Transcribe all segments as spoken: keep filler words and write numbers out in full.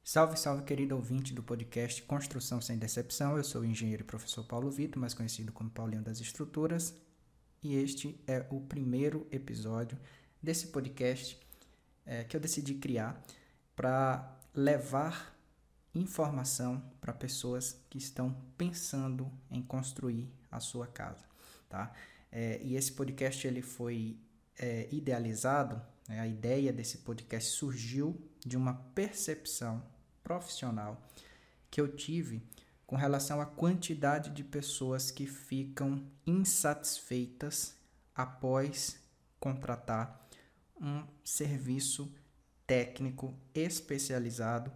Salve, salve, querido ouvinte do podcast Construção Sem Decepção. Eu sou o engenheiro e professor Paulo Vitor, mais conhecido como Paulinho das Estruturas, e este é o primeiro episódio desse podcast é, que eu decidi criar para levar informação para pessoas que estão pensando em construir a sua casa, tá? É, e esse podcast ele foi é, idealizado, né? A ideia desse podcast surgiu de uma percepção profissional que eu tive com relação à quantidade de pessoas que ficam insatisfeitas após contratar um serviço técnico especializado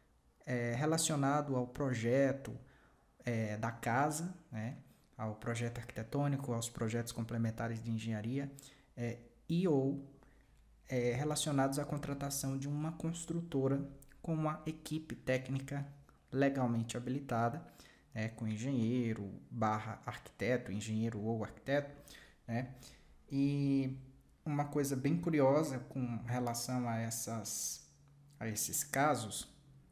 é, relacionado ao projeto é, da casa, né, ao projeto arquitetônico, aos projetos complementares de engenharia é, e ou é, relacionados à contratação de uma construtora com uma equipe técnica legalmente habilitada, né, com engenheiro barra arquiteto, engenheiro ou arquiteto, né? E uma coisa bem curiosa com relação a, essas, a esses casos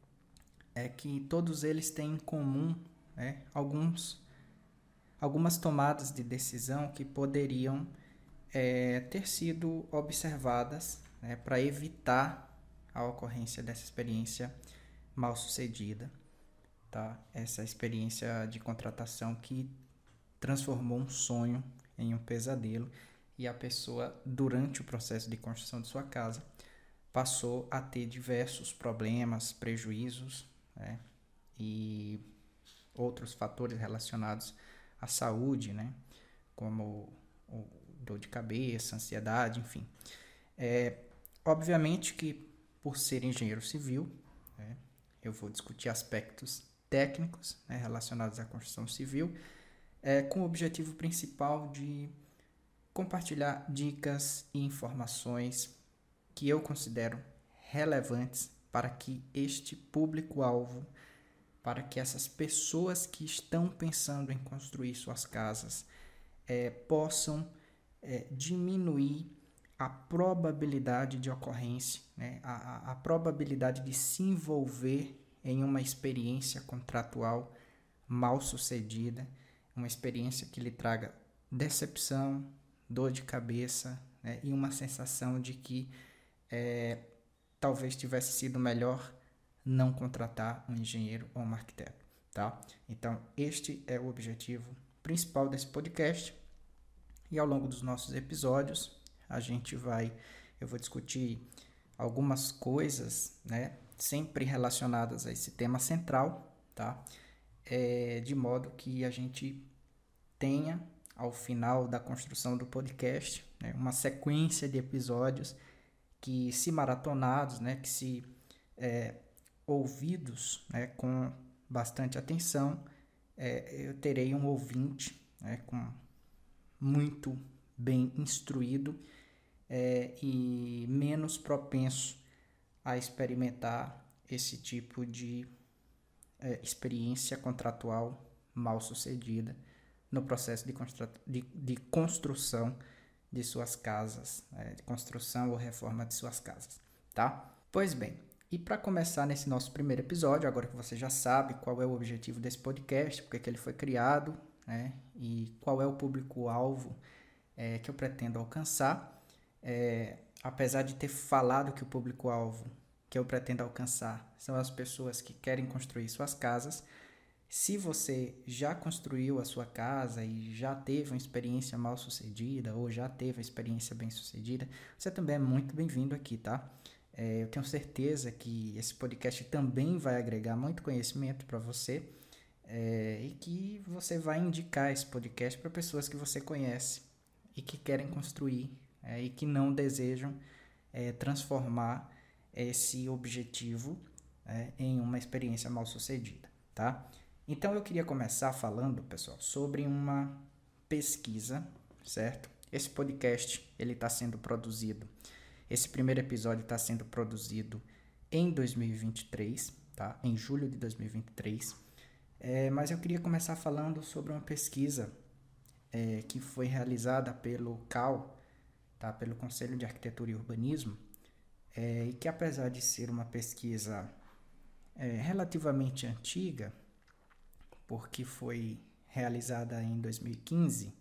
é que todos eles têm em comum, né, alguns, algumas tomadas de decisão que poderiam é, ter sido observadas, né, para evitar a ocorrência dessa experiência mal sucedida, tá? Essa experiência de contratação que transformou um sonho em um pesadelo e a pessoa, durante o processo de construção de sua casa, passou a ter diversos problemas, prejuízos, né? E outros fatores relacionados à saúde, né? Como o dor de cabeça, ansiedade, enfim. É, obviamente que, por ser engenheiro civil, né, eu vou discutir aspectos técnicos, né, relacionados à construção civil, é, com o objetivo principal de compartilhar dicas e informações que eu considero relevantes para que este público-alvo, para que essas pessoas que estão pensando em construir suas casas é, possam é, diminuir a probabilidade de ocorrência, né? a, a, a probabilidade de se envolver em uma experiência contratual mal sucedida, uma experiência que lhe traga decepção, dor de cabeça, né? E uma sensação de que é, talvez tivesse sido melhor não contratar um engenheiro ou um arquiteto, tá? Então, este é o objetivo principal desse podcast. E ao longo dos nossos episódios, a gente vai, eu vou discutir algumas coisas, né, sempre relacionadas a esse tema central, tá? É, de modo que a gente tenha, ao final da construção do podcast, né, uma sequência de episódios que, se maratonados, né, que se é, ouvidos, né, com bastante atenção, é, eu terei um ouvinte, né, com muito bem instruído é, e menos propenso a experimentar esse tipo de é, experiência contratual mal sucedida no processo de, constru- de, de construção de suas casas, é, de construção ou reforma de suas casas, tá? Pois bem, e para começar nesse nosso primeiro episódio, agora que você já sabe qual é o objetivo desse podcast, porque que ele foi criado, né, e qual é o público-alvo é, que eu pretendo alcançar, é, apesar de ter falado que o público-alvo que eu pretendo alcançar são as pessoas que querem construir suas casas, se você já construiu a sua casa e já teve uma experiência mal sucedida ou já teve uma experiência bem sucedida, você também é muito bem-vindo aqui, tá? É, eu tenho certeza que esse podcast também vai agregar muito conhecimento para você é, e que você vai indicar esse podcast para pessoas que você conhece e que querem construir é, e que não desejam é, transformar esse objetivo é, em uma experiência mal sucedida, tá? Então eu queria começar falando, pessoal, sobre uma pesquisa, certo? Esse podcast ele está sendo produzido, esse primeiro episódio está sendo produzido em dois mil e vinte e três, tá? Em julho de dois mil e vinte e três. É, mas eu queria começar falando sobre uma pesquisa é, que foi realizada pelo C A U, tá? Pelo Conselho de Arquitetura e Urbanismo, é, e que, apesar de ser uma pesquisa é, relativamente antiga, porque foi realizada em dois mil e quinze,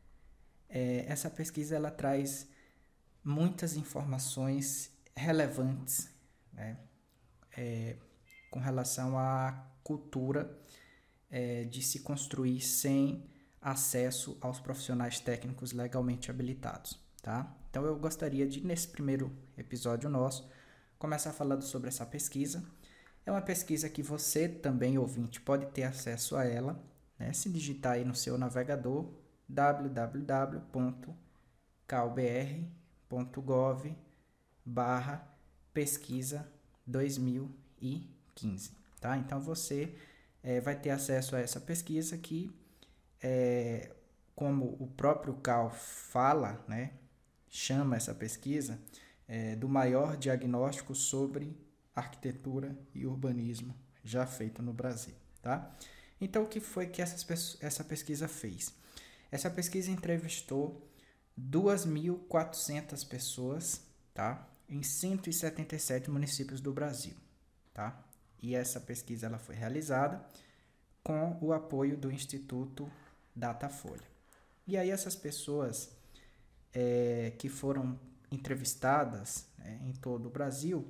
é, essa pesquisa ela traz muitas informações relevantes, né, é, com relação à cultura é, de se construir sem acesso aos profissionais técnicos legalmente habilitados, tá? Então eu gostaria de, nesse primeiro episódio nosso, começar falando sobre essa pesquisa. É uma pesquisa que você também, ouvinte, pode ter acesso a ela, né? Se digitar aí no seu navegador w w w ponto c a u b r ponto gov barra pesquisa dois mil e quinze, tá? Então você é, vai ter acesso a essa pesquisa que, é, como o próprio C A U fala, né, chama essa pesquisa é, do maior diagnóstico sobre arquitetura e urbanismo já feito no Brasil, tá? Então, o que foi que essas, essa pesquisa fez? Essa pesquisa entrevistou duas mil e quatrocentas pessoas, tá? Em cento e setenta e sete municípios do Brasil, tá? E essa pesquisa ela foi realizada com o apoio do Instituto Datafolha. E aí essas pessoas é, que foram entrevistadas, né, em todo o Brasil,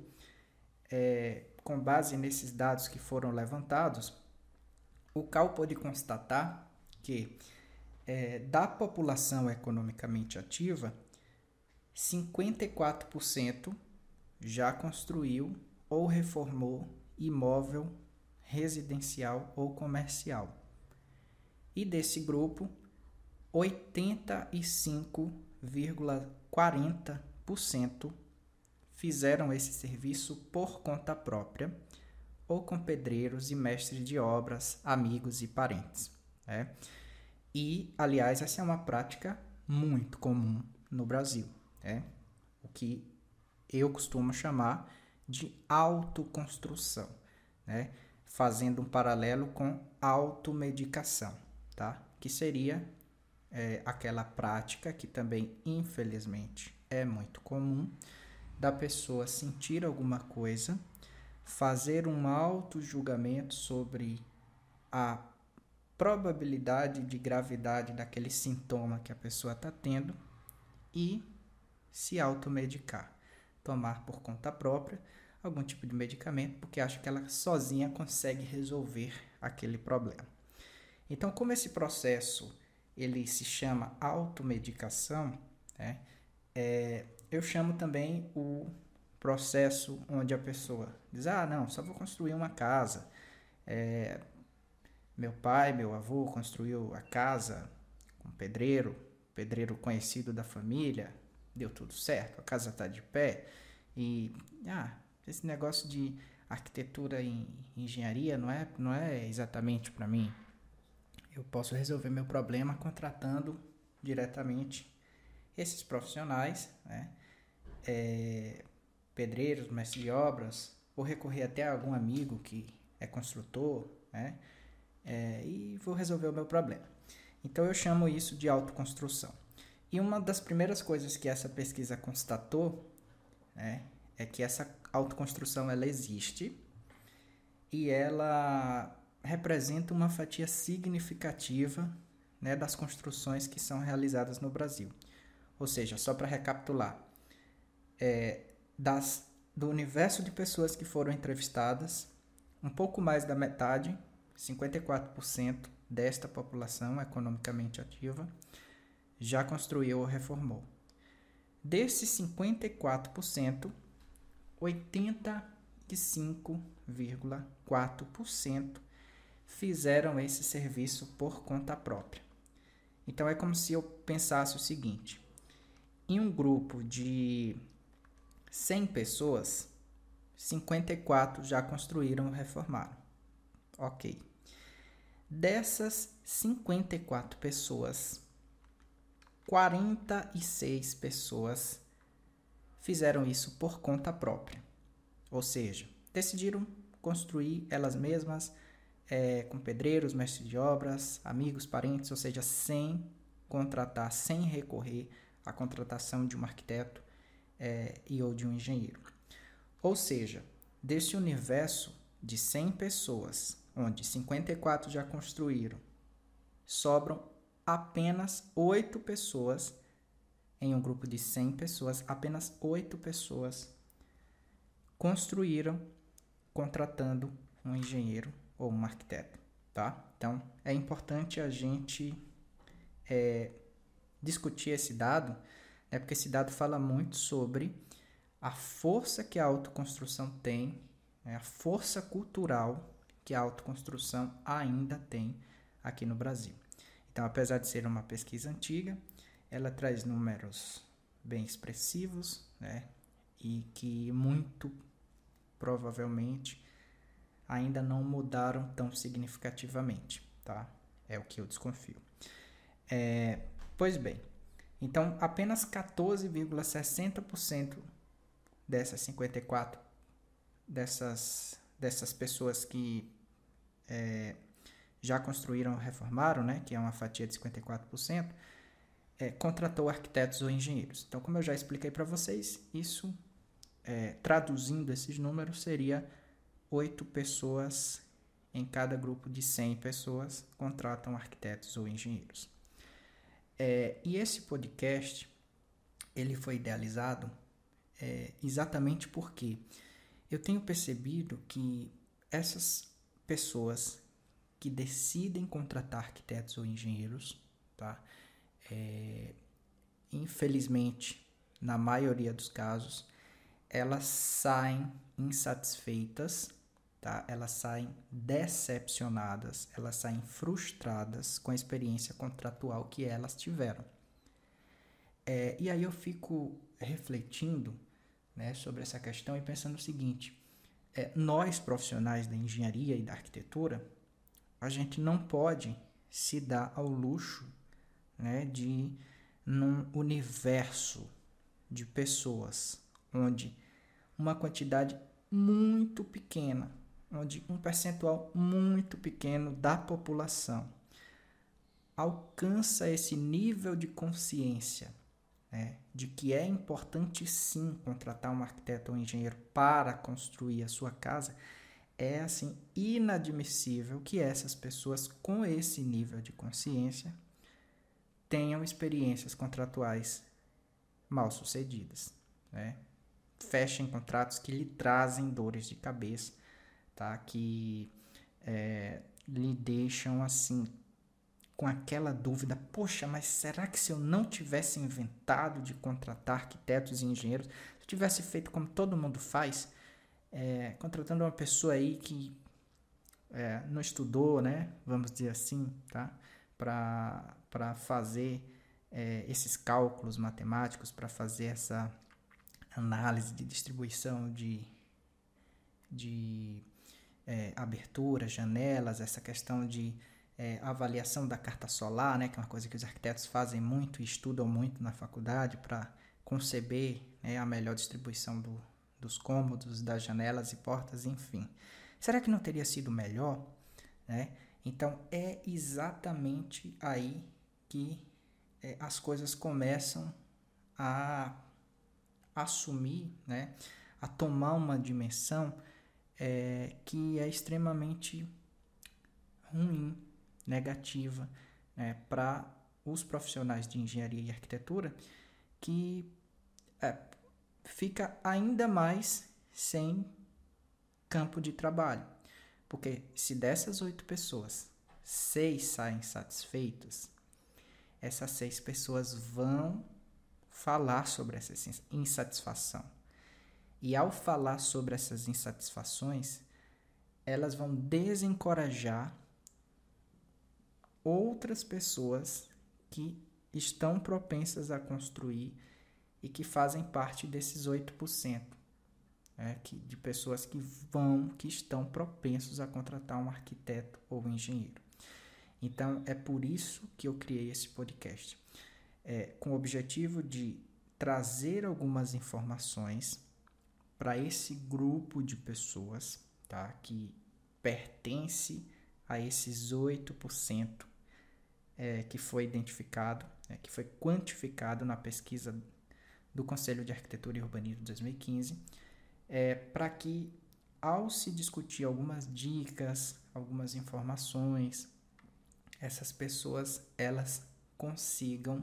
é, com base nesses dados que foram levantados, o C A U pôde constatar que é, da população economicamente ativa, cinquenta e quatro por cento já construiu ou reformou imóvel residencial ou comercial. E desse grupo, oitenta e cinco vírgula quarenta por cento fizeram esse serviço por conta própria ou com pedreiros e mestres de obras, amigos e parentes, né? E, aliás, essa é uma prática muito comum no Brasil, né? O que eu costumo chamar de autoconstrução, né? Fazendo um paralelo com automedicação, tá? Que seria é, aquela prática que também, infelizmente, é muito comum, da pessoa sentir alguma coisa, fazer um auto-julgamento sobre a probabilidade de gravidade daquele sintoma que a pessoa está tendo e se automedicar, tomar por conta própria algum tipo de medicamento, porque acha que ela sozinha consegue resolver aquele problema. Então, como esse processo ele se chama automedicação, né, é, eu chamo também o processo onde a pessoa diz, ah, não, só vou construir uma casa. É, meu pai, meu avô construiu a casa com pedreiro, pedreiro conhecido da família, deu tudo certo, a casa está de pé. E, ah, esse negócio de arquitetura e engenharia não é, não é exatamente para mim. Eu posso resolver meu problema contratando diretamente esses profissionais, né? É, pedreiros, mestres de obras, ou recorrer até a algum amigo que é construtor, né? É, e vou resolver o meu problema. Então eu chamo isso de autoconstrução. E uma das primeiras coisas que essa pesquisa constatou, né, é que essa autoconstrução ela existe e ela representa uma fatia significativa, né, das construções que são realizadas no Brasil. Ou seja, só para recapitular, é, das, do universo de pessoas que foram entrevistadas, um pouco mais da metade, cinquenta e quatro por cento desta população economicamente ativa, já construiu ou reformou. Desses cinquenta e quatro por cento, oitenta e cinco vírgula quatro por cento fizeram esse serviço por conta própria. Então é como se eu pensasse o seguinte: em um grupo de cem pessoas, cinquenta e quatro já construíram ou reformaram. Ok. Dessas cinquenta e quatro pessoas, quarenta e seis pessoas fizeram isso por conta própria. Ou seja, decidiram construir elas mesmas, é, com pedreiros, mestres de obras, amigos, parentes, ou seja, sem contratar, sem recorrer à contratação de um arquiteto é, e ou de um engenheiro. Ou seja, desse universo, de cem pessoas, onde cinquenta e quatro já construíram, sobram apenas oito pessoas. Em um grupo de cem pessoas, apenas oito pessoas construíram contratando um engenheiro ou um arquiteto, tá? Então, é importante a gente é, discutir esse dado, né? Porque esse dado fala muito sobre a força que a autoconstrução tem, né? A força cultural que a autoconstrução ainda tem aqui no Brasil. Então, apesar de ser uma pesquisa antiga, ela traz números bem expressivos, né? E que muito provavelmente ainda não mudaram tão significativamente, tá? É o que eu desconfio. É, pois bem, então apenas quatorze vírgula sessenta por cento dessas cinquenta e quatro, dessas, dessas pessoas que é, já construíram ou reformaram, né? Que é uma fatia de cinquenta e quatro por cento, É, contratou arquitetos ou engenheiros. Então, como eu já expliquei para vocês, isso, é, traduzindo esses números, seria oito pessoas em cada grupo de cem pessoas contratam arquitetos ou engenheiros. É, e esse podcast, ele foi idealizado é, exatamente porque eu tenho percebido que essas pessoas que decidem contratar arquitetos ou engenheiros, tá? É, infelizmente, na maioria dos casos, elas saem insatisfeitas, tá? Elas saem decepcionadas, elas saem frustradas com a experiência contratual que elas tiveram. É, e aí eu fico refletindo, né, sobre essa questão e pensando o seguinte: é, nós profissionais da engenharia e da arquitetura, a gente não pode se dar ao luxo, né, de num universo de pessoas onde uma quantidade muito pequena, onde um percentual muito pequeno da população alcança esse nível de consciência, né, de que é importante sim contratar um arquiteto ou um engenheiro para construir a sua casa, é assim inadmissível que essas pessoas com esse nível de consciência tenham experiências contratuais mal sucedidas, né? Fechem contratos que lhe trazem dores de cabeça, tá? Que é, lhe deixam assim com aquela dúvida: poxa, mas será que se eu não tivesse inventado de contratar arquitetos e engenheiros, se eu tivesse feito como todo mundo faz, é, contratando uma pessoa aí que é, não estudou, né? Vamos dizer assim, tá? Para para fazer é, esses cálculos matemáticos, para fazer essa análise de distribuição de, de é, abertura, janelas, essa questão de é, avaliação da carta solar, né, que é uma coisa que os arquitetos fazem muito e estudam muito na faculdade para conceber, né, a melhor distribuição do, dos cômodos, das janelas e portas, enfim. Será que não teria sido melhor, né? Então, é exatamente aí que é, as coisas começam a assumir, né, a tomar uma dimensão é, que é extremamente ruim, negativa, né, para os profissionais de engenharia e arquitetura, que é, fica ainda mais sem campo de trabalho. Porque se dessas oito pessoas, seis saem satisfeitas, essas seis pessoas vão falar sobre essa insatisfação. E ao falar sobre essas insatisfações, elas vão desencorajar outras pessoas que estão propensas a construir e que fazem parte desses oito por cento, né, que, de pessoas que vão, que estão propensos a contratar um arquiteto ou um engenheiro. Então, é por isso que eu criei esse podcast, é, com o objetivo de trazer algumas informações para esse grupo de pessoas, tá, que pertence a esses oito por cento é, que foi identificado, é, que foi quantificado na pesquisa do Conselho de Arquitetura e Urbanismo de dois mil e quinze, é, para que ao se discutir algumas dicas, algumas informações, essas pessoas elas consigam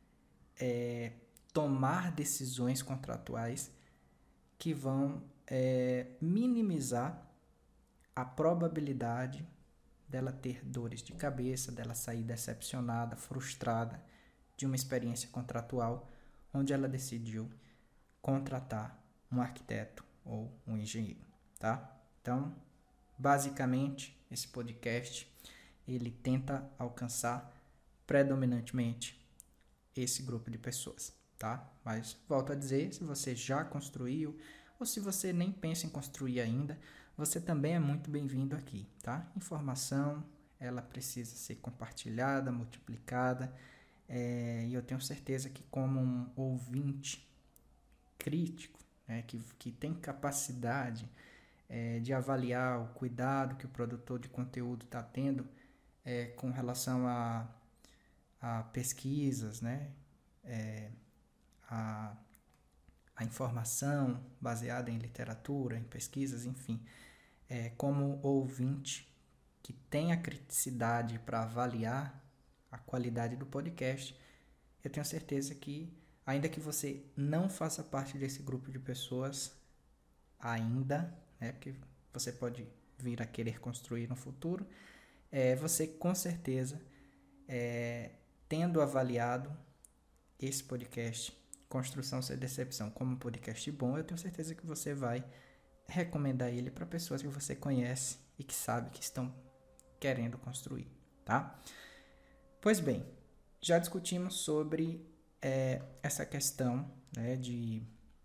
é, tomar decisões contratuais que vão é, minimizar a probabilidade dela ter dores de cabeça, dela sair decepcionada, frustrada de uma experiência contratual onde ela decidiu contratar um arquiteto ou um engenheiro, tá? Então, basicamente, esse podcast ele tenta alcançar predominantemente esse grupo de pessoas, tá? Mas volto a dizer, se você já construiu ou se você nem pensa em construir ainda, você também é muito bem-vindo aqui, tá? Informação, ela precisa ser compartilhada, multiplicada, é, e eu tenho certeza que como um ouvinte crítico, né, que, que tem capacidade é, de avaliar o cuidado que o produtor de conteúdo está tendo é, com relação a, a pesquisas, né, é, a, a informação baseada em literatura, em pesquisas, enfim, é, como ouvinte que tem a criticidade para avaliar a qualidade do podcast, eu tenho certeza que, ainda que você não faça parte desse grupo de pessoas ainda, né, porque você pode vir a querer construir no futuro, é, você com certeza, é, tendo avaliado esse podcast, Construção Sem Decepção, como um podcast bom, eu tenho certeza que você vai recomendar ele para pessoas que você conhece e que sabe que estão querendo construir, tá? Pois bem, já discutimos sobre é, essa questão, né, de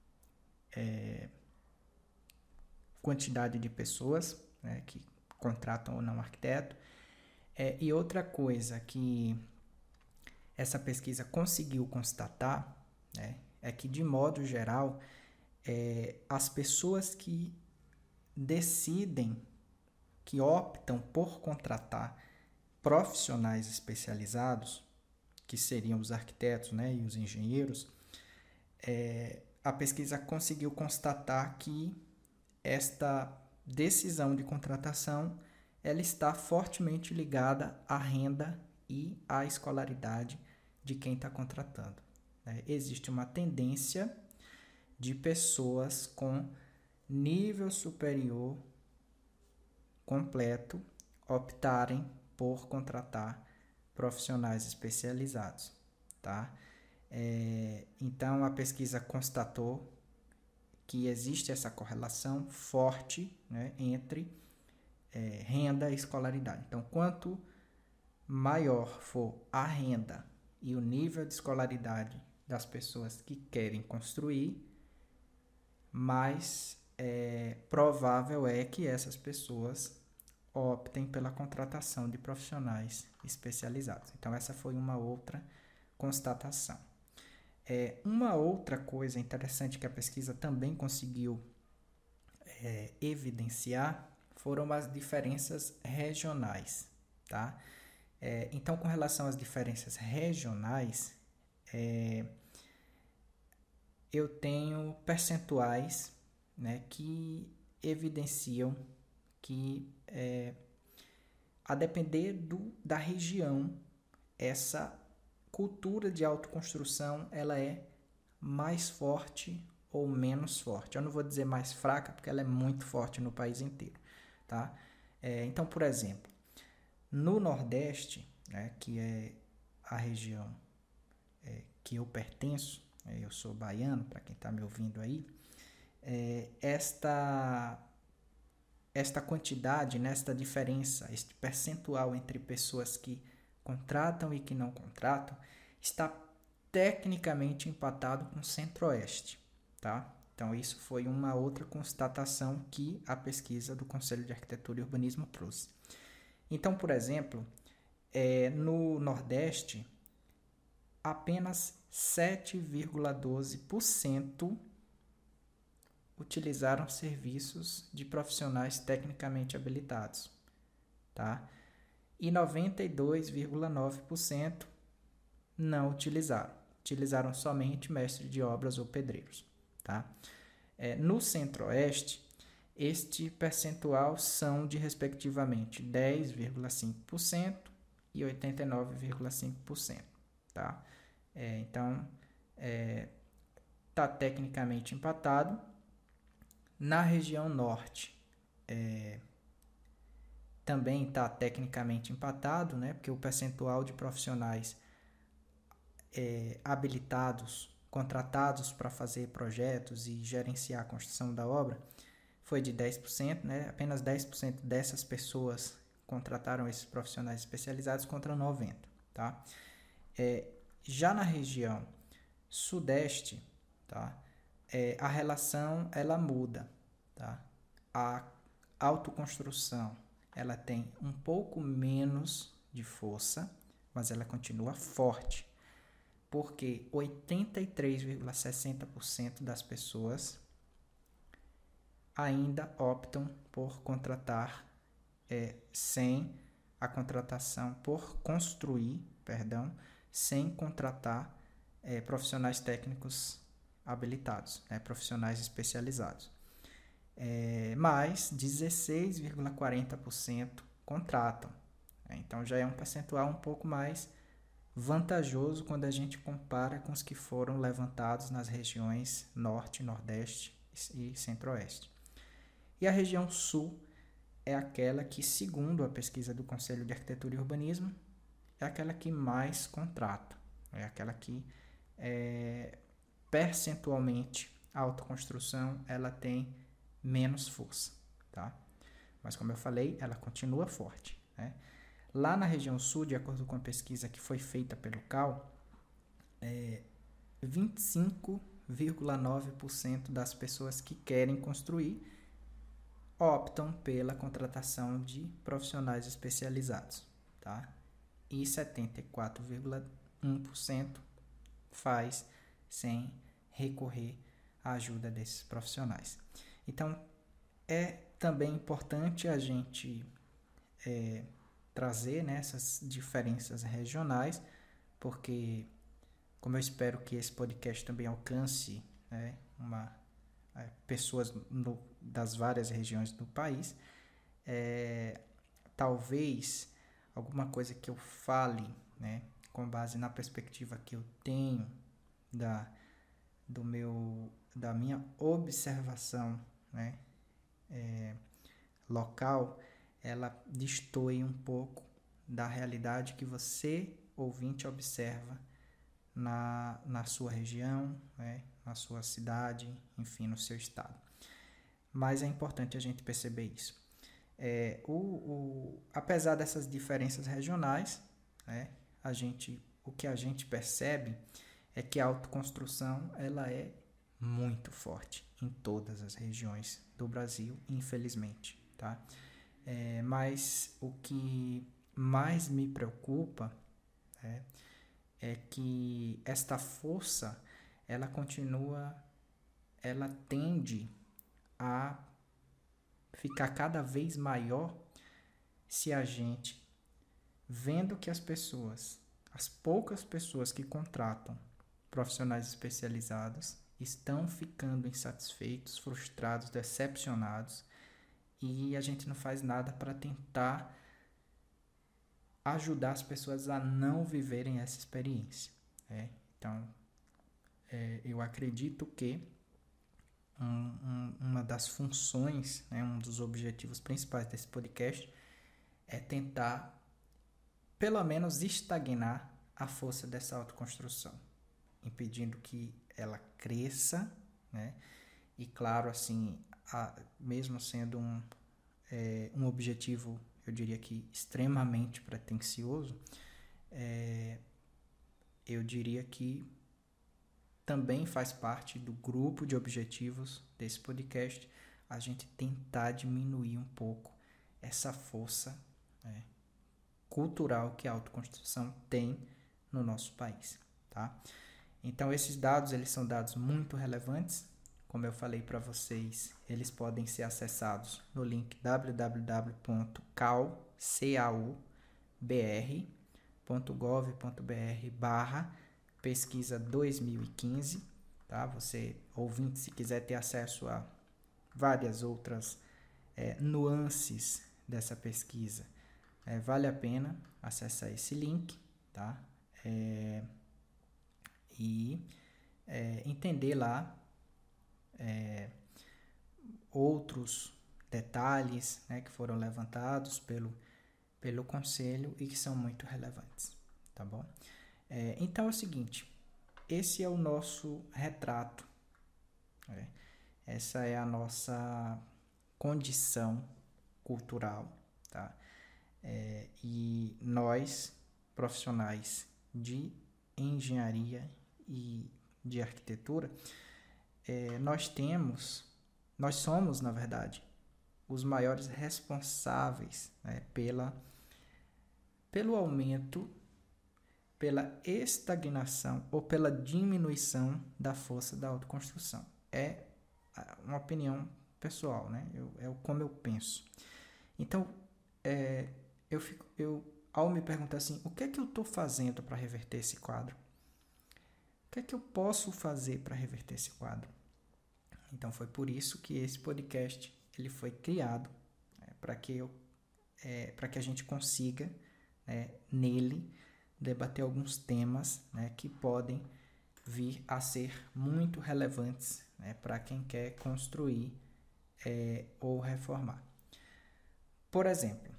é, quantidade de pessoas, né, que contratam ou não arquiteto. É, e outra coisa que essa pesquisa conseguiu constatar, né, é que, de modo geral, é, as pessoas que decidem, que optam por contratar profissionais especializados, que seriam os arquitetos, né, e os engenheiros, é, a pesquisa conseguiu constatar que esta decisão de contratação ela está fortemente ligada à renda e à escolaridade de quem está contratando. Né? Existe uma tendência de pessoas com nível superior completo optarem por contratar profissionais especializados, tá? É, então, a pesquisa constatou que existe essa correlação forte, né, entre é, renda e escolaridade. Então, quanto maior for a renda e o nível de escolaridade das pessoas que querem construir, mais é, provável é que essas pessoas optem pela contratação de profissionais especializados. Então, essa foi uma outra constatação. É, uma outra coisa interessante que a pesquisa também conseguiu é, evidenciar foram as diferenças regionais, tá? É, então, com relação às diferenças regionais, é, eu tenho percentuais, né, que evidenciam que, é, a depender do, da região, essa cultura de autoconstrução ela é mais forte ou menos forte. Eu não vou dizer mais fraca, porque ela é muito forte no país inteiro, tá? É, então, por exemplo, no Nordeste, né, que é a região é, que eu pertenço, é, eu sou baiano, para quem está me ouvindo aí, é, esta, esta quantidade, nesta diferença, este percentual entre pessoas que contratam e que não contratam, está tecnicamente empatado com o Centro-Oeste, tá? Então, isso foi uma outra constatação que a pesquisa do Conselho de Arquitetura e Urbanismo trouxe. Então, por exemplo, é, no Nordeste, apenas sete vírgula doze por cento utilizaram serviços de profissionais tecnicamente habilitados, tá? E noventa e dois vírgula nove por cento não utilizaram. Utilizaram somente mestre de obras ou pedreiros, tá? É, no Centro-Oeste, Este percentual são de, respectivamente, dez vírgula cinco por cento e oitenta e nove vírgula cinco por cento. Tá? É, então, está é, tecnicamente empatado. Na região norte, é, também está tecnicamente empatado, né? Porque o percentual de profissionais é, habilitados, contratados para fazer projetos e gerenciar a construção da obra foi de dez por cento, né? Apenas dez por cento dessas pessoas contrataram esses profissionais especializados contra noventa por cento, tá? É, já na região sudeste, tá? É, a relação ela muda, tá? A autoconstrução ela tem um pouco menos de força, mas ela continua forte, porque oitenta e três vírgula sessenta por cento das pessoas ainda optam por contratar é, sem a contratação, por construir, perdão, sem contratar é, profissionais técnicos habilitados, né, profissionais especializados. É, mas dezesseis vírgula quarenta por cento contratam. Né, então já é um percentual um pouco mais vantajoso quando a gente compara com os que foram levantados nas regiões norte, nordeste e centro-oeste. E a região sul é aquela que, segundo a pesquisa do Conselho de Arquitetura e Urbanismo, é aquela que mais contrata, é aquela que é, percentualmente a autoconstrução ela tem menos força, tá? Mas como eu falei, ela continua forte, né? Lá na região sul, de acordo com a pesquisa que foi feita pelo C A U, é, vinte e cinco vírgula nove por cento das pessoas que querem construir optam pela contratação de profissionais especializados, tá? E setenta e quatro vírgula um por cento faz sem recorrer à ajuda desses profissionais. Então, é também importante a gente é, trazer, né, essas diferenças regionais, porque, como eu espero que esse podcast também alcance, né, uma, é, pessoas no, das várias regiões do país, é, talvez alguma coisa que eu fale, né, com base na perspectiva que eu tenho da, do meu, da minha observação, né, é, local, ela destoe um pouco da realidade que você, ouvinte, observa na, na sua região, né, na sua cidade, enfim, no seu estado. Mas é importante a gente perceber isso. É, o, o, apesar dessas diferenças regionais, né, a gente, o que a gente percebe é que a autoconstrução ela é muito forte em todas as regiões do Brasil, infelizmente, tá? É, mas o que mais me preocupa, né, é que esta força ela continua, ela tende a ficar cada vez maior se a gente, vendo que as pessoas, as poucas pessoas que contratam profissionais especializados estão ficando insatisfeitos, frustrados, decepcionados, e a gente não faz nada para tentar ajudar as pessoas a não viverem essa experiência. Né? Então, é, eu acredito que um, um, uma das funções, né, um dos objetivos principais desse podcast é tentar, pelo menos, estagnar a força dessa autoconstrução, impedindo que ela cresça, né? E claro, assim, a, mesmo sendo um, é, um objetivo, eu diria que extremamente pretensioso, é, eu diria que também faz parte do grupo de objetivos desse podcast a gente tentar diminuir um pouco essa força, né, cultural que a autoconstrução tem no nosso país, tá? Então, esses dados, eles são dados muito relevantes. Como eu falei para vocês, eles podem ser acessados no link w w w ponto caubr ponto gov ponto b r barra pesquisa dois mil e quinze, tá? Você, ouvinte, se quiser ter acesso a várias outras é, nuances dessa pesquisa, é, vale a pena acessar esse link, tá? É, e é, entender lá é, outros detalhes, né, que foram levantados pelo, pelo conselho e que são muito relevantes, tá bom? É, então é o seguinte, esse é o nosso retrato, né? Essa é a nossa condição cultural, tá? É, e nós, profissionais de engenharia e de arquitetura, é, nós temos, nós somos, na verdade, os maiores responsáveis, né, pela, pelo aumento, pela estagnação ou pela diminuição da força da autoconstrução. É uma opinião pessoal, né? Eu, é como eu penso. Então, é, eu fico, eu, ao me perguntar assim, o que é que eu estou fazendo para reverter esse quadro? O que é que eu posso fazer para reverter esse quadro? Então, foi por isso que esse podcast ele foi criado, né, para que eu, é, para que a gente consiga, né, nele debater alguns temas, né, que podem vir a ser muito relevantes, né, para quem quer construir é, ou reformar. Por exemplo,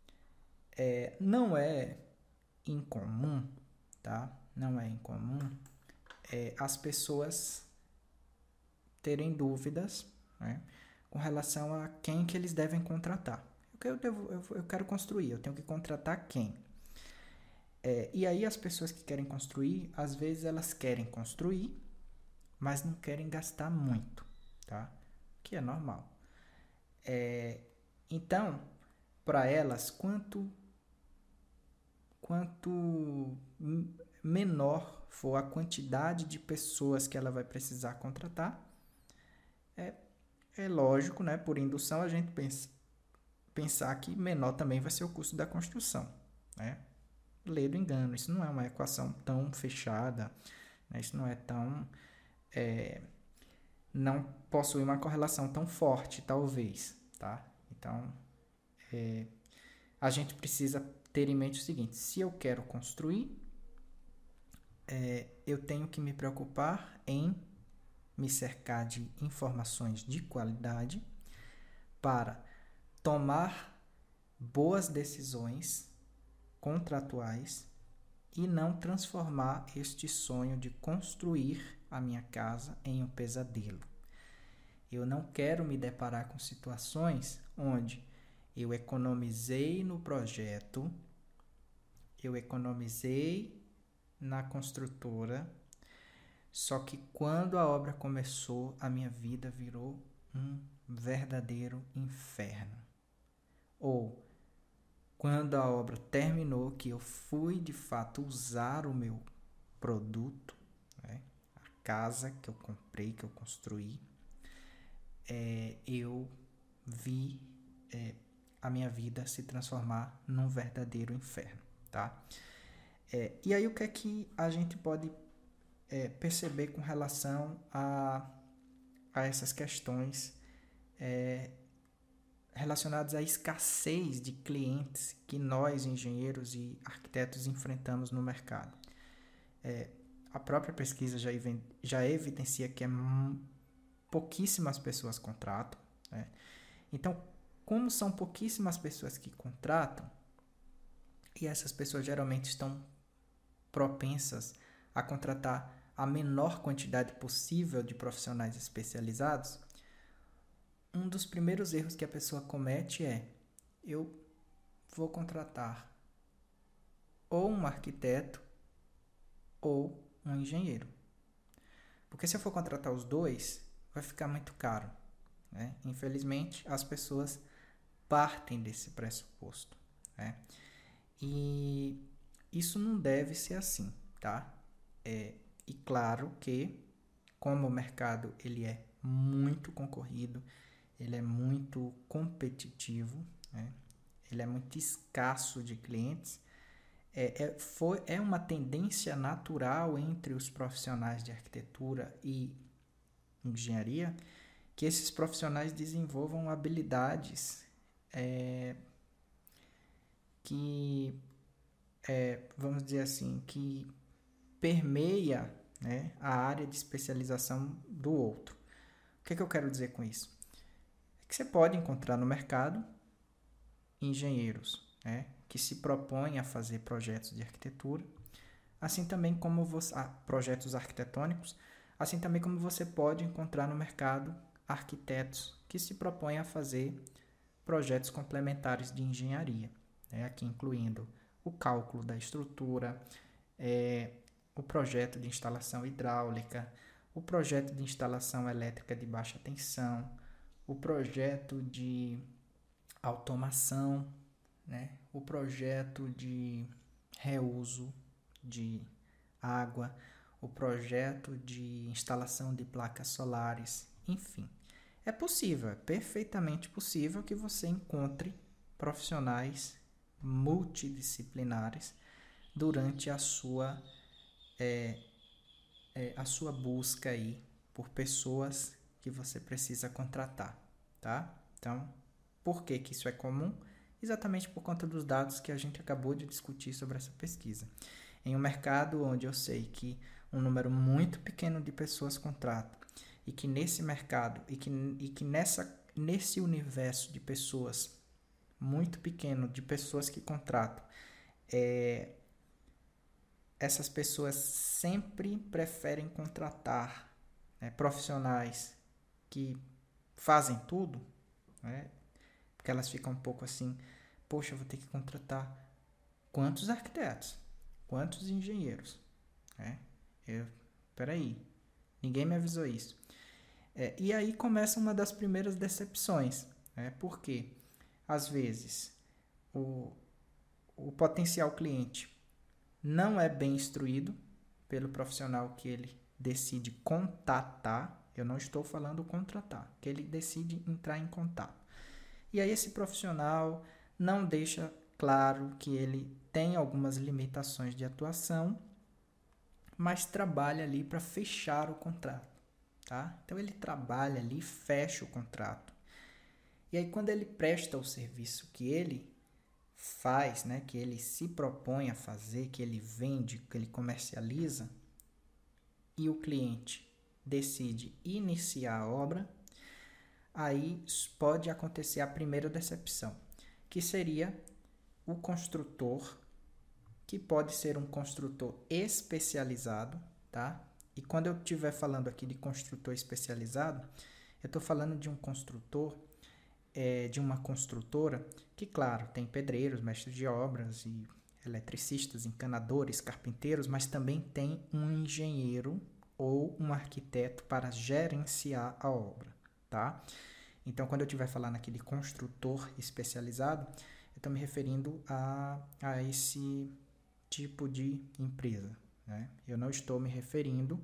é, não é incomum, tá? Não é incomum é, as pessoas terem dúvidas, né, com relação a quem que eles devem contratar. Eu, devo, eu, eu quero construir, eu tenho que contratar quem? É, e aí as pessoas que querem construir, às vezes elas querem construir, mas não querem gastar muito, tá? Que é normal. É, então, para elas, quanto, quanto menor for a quantidade de pessoas que ela vai precisar contratar, é, é lógico, né? Por indução, a gente pensa, pensar que menor também vai ser o custo da construção, né? Lê do engano, isso não é uma equação tão fechada, né? Isso não é tão... É, não possui uma correlação tão forte, talvez, tá? Então, é, a gente precisa ter em mente o seguinte, se eu quero construir, é, eu tenho que me preocupar em me cercar de informações de qualidade para tomar boas decisões contratuais e não transformar este sonho de construir a minha casa em um pesadelo. Eu não quero me deparar com situações onde eu economizei no projeto, eu economizei na construtora, só que quando a obra começou, a minha vida virou um verdadeiro inferno. Ou quando a obra terminou, que eu fui de fato usar o meu produto, né, a casa que eu comprei, que eu construí, é, eu vi é, a minha vida se transformar num verdadeiro inferno, tá? É, e aí o que é que a gente pode é, perceber com relação a, a essas questões é, relacionadas à escassez de clientes que nós, engenheiros e arquitetos, enfrentamos no mercado? É, a própria pesquisa já, já evidencia que é pouquíssimas pessoas contratam, né? Então, como são pouquíssimas pessoas que contratam, e essas pessoas geralmente estão propensas a contratar a menor quantidade possível de profissionais especializados, um dos primeiros erros que a pessoa comete é: eu vou contratar ou um arquiteto ou um engenheiro. Porque se eu for contratar os dois, vai ficar muito caro, né? Infelizmente, as pessoas partem desse pressuposto, né? E isso não deve ser assim, tá? É, e claro que, como o mercado ele é muito concorrido, ele é muito competitivo, né? Ele é muito escasso de clientes, é, é, foi, é uma tendência natural entre os profissionais de arquitetura e engenharia que esses profissionais desenvolvam habilidades é, que, é, vamos dizer assim, que permeia, né, a área de especialização do outro. O que é que eu quero dizer com isso? É que você pode encontrar no mercado engenheiros, né, que se propõem a fazer projetos de arquitetura, assim também como você, ah, projetos arquitetônicos, assim também como você pode encontrar no mercado arquitetos que se propõem a fazer projetos complementares de engenharia, né, aqui incluindo o cálculo da estrutura, é, o projeto de instalação hidráulica, o projeto de instalação elétrica de baixa tensão, o projeto de automação, né, o projeto de reuso de água, o projeto de instalação de placas solares, enfim. É possível, é perfeitamente possível que você encontre profissionais multidisciplinares durante a sua, é, é, a sua busca aí por pessoas que você precisa contratar, tá? Então, por que que isso é comum? Exatamente por conta dos dados que a gente acabou de discutir sobre essa pesquisa. Em um mercado onde eu sei que um número muito pequeno de pessoas contratam e que nesse mercado e que, e que nessa, nesse universo de pessoas muito pequeno, de pessoas que contratam, é, essas pessoas sempre preferem contratar, né, profissionais que fazem tudo, né, porque elas ficam um pouco assim, poxa, eu vou ter que contratar quantos arquitetos, quantos engenheiros, né? Eu, peraí, ninguém me avisou isso. É, e aí começa uma das primeiras decepções, né? Porque às vezes o, o potencial cliente não é bem instruído pelo profissional que ele decide contatar. Eu não estou falando contratar, que ele decide entrar em contato. E aí esse profissional não deixa claro que ele tem algumas limitações de atuação, mas trabalha ali para fechar o contrato, tá? Então ele trabalha ali, fecha o contrato. E aí quando ele presta o serviço que ele faz, né, que ele se propõe a fazer, que ele vende, que ele comercializa, e o cliente decide iniciar a obra, aí pode acontecer a primeira decepção, que seria o construtor, que pode ser um construtor especializado, tá? E quando eu estiver falando aqui de construtor especializado, eu estou falando de um construtor, é, de uma construtora, que, claro, tem pedreiros, mestres de obras e eletricistas, encanadores, carpinteiros, mas também tem um engenheiro ou um arquiteto para gerenciar a obra, tá? Então, quando eu estiver falando aqui de construtor especializado, eu estou me referindo a, a esse tipo de empresa, né? Eu não estou me referindo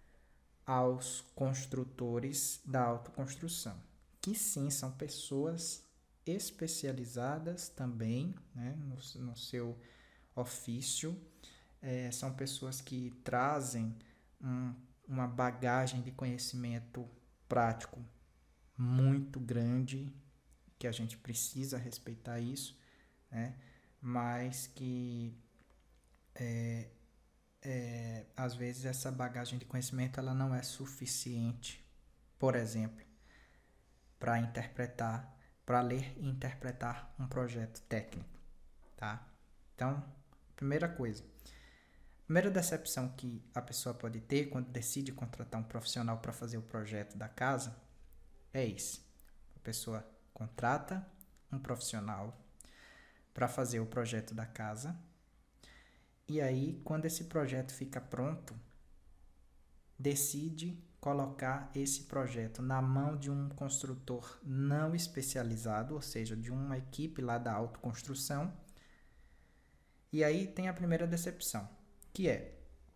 aos construtores da autoconstrução, que sim, são pessoas especializadas também, né, no, no seu ofício, é, são pessoas que trazem um, uma bagagem de conhecimento prático muito grande, que a gente precisa respeitar isso, né, mas que é, é, às vezes essa bagagem de conhecimento ela não é suficiente, por exemplo, para interpretar, para ler e interpretar um projeto técnico, tá? Então, primeira coisa, a primeira decepção que a pessoa pode ter quando decide contratar um profissional para fazer o projeto da casa é esse. A pessoa contrata um profissional para fazer o projeto da casa e aí, quando esse projeto fica pronto, decide colocar esse projeto na mão de um construtor não especializado, ou seja, de uma equipe lá da autoconstrução. E aí tem a primeira decepção, que é,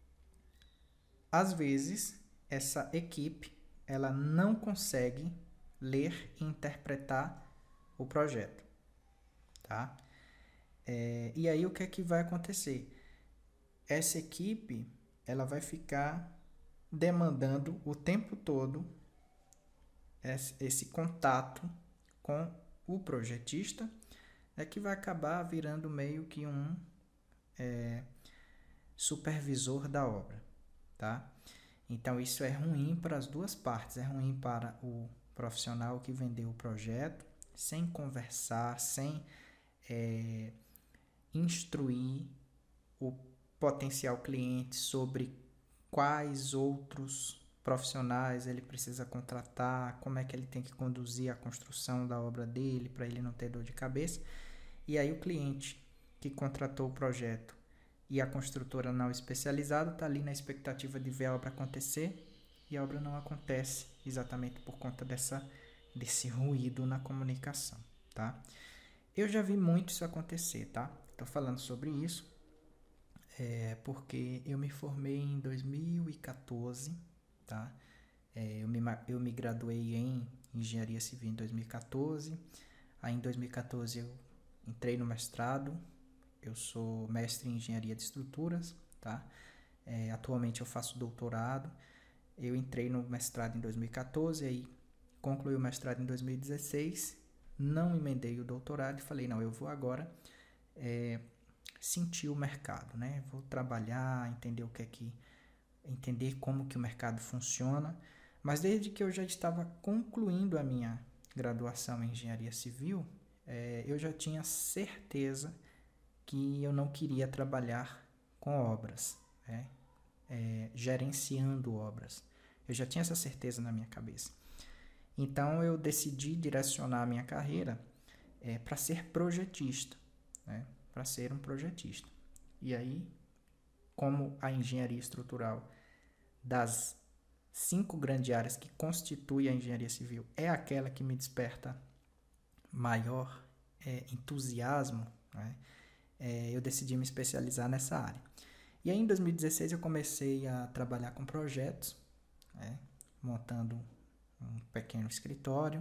às vezes, essa equipe ela não consegue ler e interpretar o projeto, tá? É, e aí o que é que vai acontecer? Essa equipe ela vai ficar demandando o tempo todo esse contato com o projetista é que vai acabar virando meio que um é, supervisor da obra, tá? Então isso é ruim para as duas partes, é ruim para o profissional que vendeu o projeto, sem conversar, sem é, instruir o potencial cliente sobre quais outros profissionais ele precisa contratar, como é que ele tem que conduzir a construção da obra dele para ele não ter dor de cabeça. E aí o cliente que contratou o projeto e a construtora não especializada está ali na expectativa de ver a obra acontecer e a obra não acontece exatamente por conta dessa, desse ruído na comunicação, tá? Eu já vi muito isso acontecer, tá? Estou falando sobre isso é, porque eu me formei em dois mil e quatorze, tá? É, eu, me, eu me graduei em Engenharia Civil em dois mil e quatorze. Aí em dois mil e quatorze eu entrei no mestrado. Eu sou mestre em Engenharia de Estruturas, tá? É, atualmente eu faço doutorado. Eu entrei no mestrado em dois mil e quatorze, aí concluí o mestrado em dois mil e dezesseis. Não emendei o doutorado e falei, não, eu vou agora é, sentir o mercado, né? Vou trabalhar, entender o que é que... entender como que o mercado funciona. Mas desde que eu já estava concluindo a minha graduação em Engenharia Civil, é, eu já tinha certeza que eu não queria trabalhar com obras, né? é, gerenciando obras. Eu já tinha essa certeza na minha cabeça. Então eu decidi direcionar a minha carreira é, para ser projetista, né? Para ser um projetista. E aí, como a engenharia estrutural das cinco grandes áreas que constituem a engenharia civil é aquela que me desperta maior é, entusiasmo, né? é, eu decidi me especializar nessa área. E aí em dois mil e dezesseis eu comecei a trabalhar com projetos, né? Montando um pequeno escritório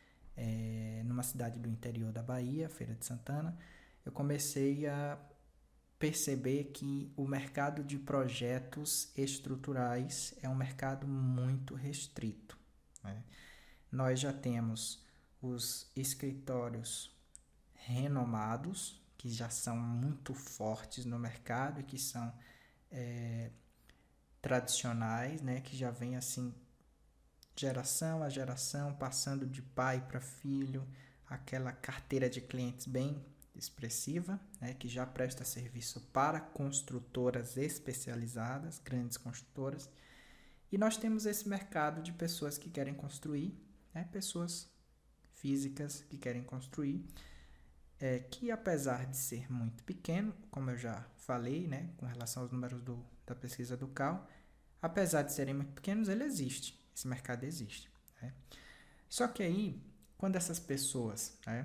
é, numa cidade do interior da Bahia, Feira de Santana. Eu comecei a perceber que o mercado de projetos estruturais é um mercado muito restrito, né? Nós já temos os escritórios renomados, que já são muito fortes no mercado e que são é, tradicionais, né? Que já vem assim, geração a geração, passando de pai para filho, aquela carteira de clientes bem expressiva, né, que já presta serviço para construtoras especializadas, grandes construtoras. E nós temos esse mercado de pessoas que querem construir, né, pessoas físicas que querem construir, é, que apesar de ser muito pequeno, como eu já falei, né, com relação aos números do, da pesquisa do C A U, apesar de serem muito pequenos, ele existe, esse mercado existe, né? Só que aí, quando essas pessoas, né,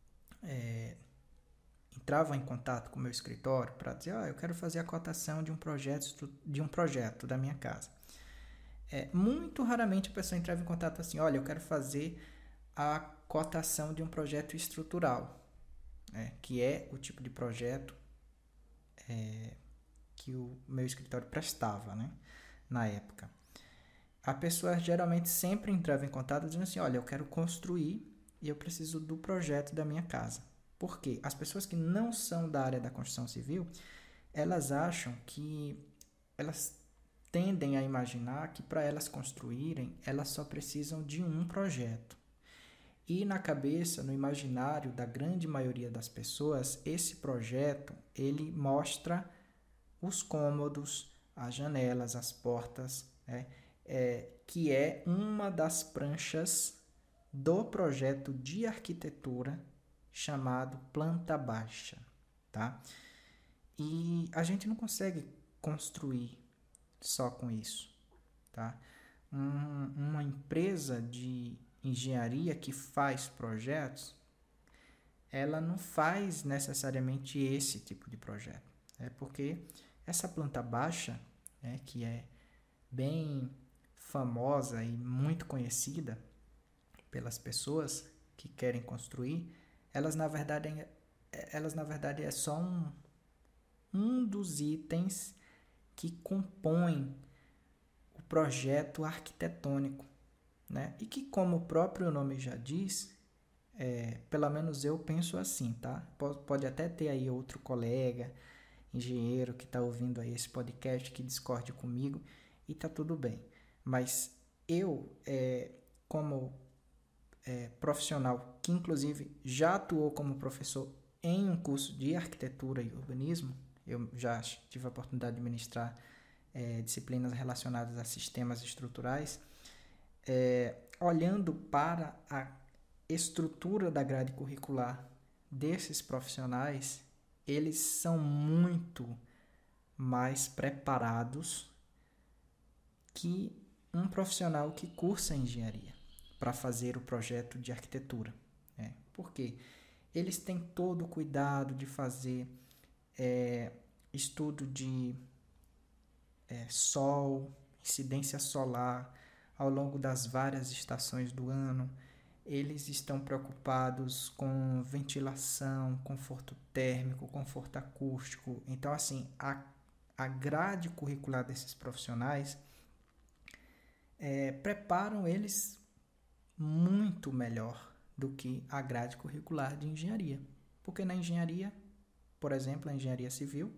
é, entravam em contato com o meu escritório para dizer, ah, eu quero fazer a cotação de um projeto, de um projeto da minha casa. É, muito raramente a pessoa entrava em contato assim, olha, eu quero fazer a cotação de um projeto estrutural, né, que é o tipo de projeto é, que o meu escritório prestava, né, na época. A pessoa geralmente sempre entrava em contato dizendo assim, olha, eu quero construir e eu preciso do projeto da minha casa. Por quê? As pessoas que não são da área da construção civil, elas acham que, elas tendem a imaginar que para elas construírem, elas só precisam de um projeto. E na cabeça, no imaginário da grande maioria das pessoas, esse projeto, ele mostra os cômodos, as janelas, as portas, né? é, que é uma das pranchas do projeto de arquitetura chamado planta baixa, tá? E a gente não consegue construir só com isso, tá? Um, uma empresa de engenharia que faz projetos, ela não faz necessariamente esse tipo de projeto, é porque essa planta baixa, né, que é bem famosa e muito conhecida pelas pessoas que querem construir, elas na verdade, elas, na verdade é só um, um dos itens que compõem o projeto arquitetônico, né? E que, como o próprio nome já diz, é, pelo menos eu penso assim, tá? Pode, pode até ter aí outro colega, engenheiro, que está ouvindo aí esse podcast, que discorde comigo, e tá tudo bem. Mas eu, é, como é, profissional, que inclusive já atuou como professor em um curso de arquitetura e urbanismo, eu já tive a oportunidade de ministrar é, disciplinas relacionadas a sistemas estruturais, é, olhando para a estrutura da grade curricular desses profissionais, eles são muito mais preparados que um profissional que cursa engenharia para fazer o projeto de arquitetura. Né? Por quê? Eles têm todo o cuidado de fazer é, estudo de é, sol, incidência solar ao longo das várias estações do ano. Eles estão preocupados com ventilação, conforto térmico, conforto acústico. Então, assim, a, a grade curricular desses profissionais é, preparam eles muito melhor do que a grade curricular de engenharia. Porque na engenharia, por exemplo, a engenharia civil,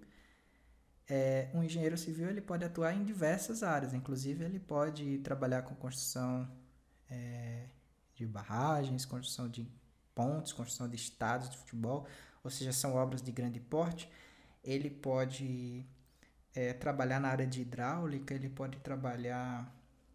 é, um engenheiro civil ele pode atuar em diversas áreas, inclusive ele pode trabalhar com construção é, de barragens, construção de pontes, construção de estádios de futebol, ou seja, são obras de grande porte. Ele pode é, trabalhar na área de hidráulica, ele pode trabalhar,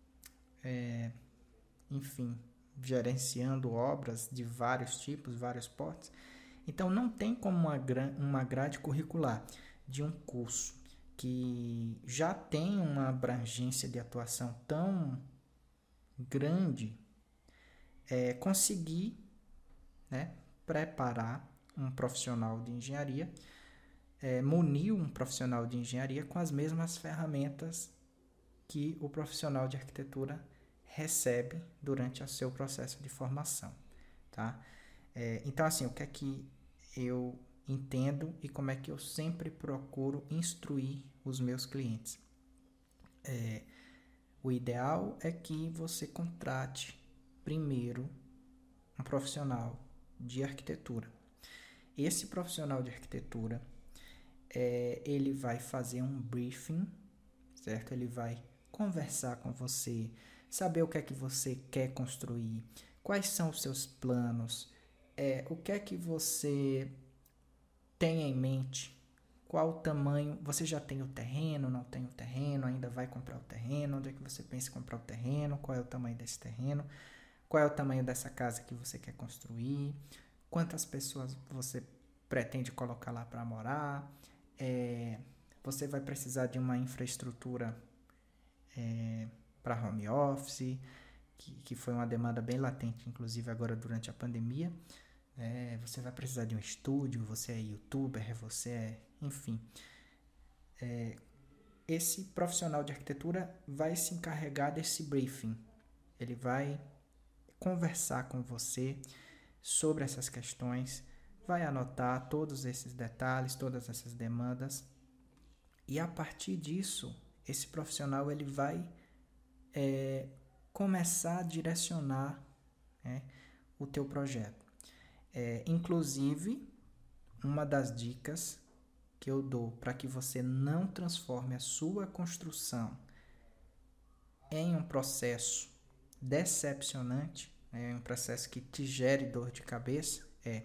é, enfim, gerenciando obras de vários tipos, vários portes. Então, não tem como uma, uma grade curricular de um curso que já tem uma abrangência de atuação tão grande é, conseguir, né, preparar um profissional de engenharia, é, munir um profissional de engenharia com as mesmas ferramentas que o profissional de arquitetura recebe durante o seu processo de formação, tá? É, então, assim, o que é que eu entendo e como é que eu sempre procuro instruir os meus clientes? É, o ideal é que você contrate primeiro um profissional de arquitetura. Esse profissional de arquitetura, é, ele vai fazer um briefing, certo? Ele vai conversar com você, saber o que é que você quer construir, quais são os seus planos, é, o que é que você tem em mente, qual o tamanho, você já tem o terreno, não tem o terreno, ainda vai comprar o terreno, onde é que você pensa em comprar o terreno, qual é o tamanho desse terreno, qual é o tamanho dessa casa que você quer construir, quantas pessoas você pretende colocar lá para morar, é, você vai precisar de uma infraestrutura é, para home office, que, que foi uma demanda bem latente, inclusive agora durante a pandemia. É, você vai precisar de um estúdio, você é youtuber, você é, enfim. É, esse profissional de arquitetura vai se encarregar desse briefing. Ele vai conversar com você sobre essas questões, vai anotar todos esses detalhes, todas essas demandas, e a partir disso, esse profissional ele vai é, começar a direcionar, né, o teu projeto. É, inclusive, uma das dicas que eu dou para que você não transforme a sua construção em um processo decepcionante, né, um processo que te gere dor de cabeça, é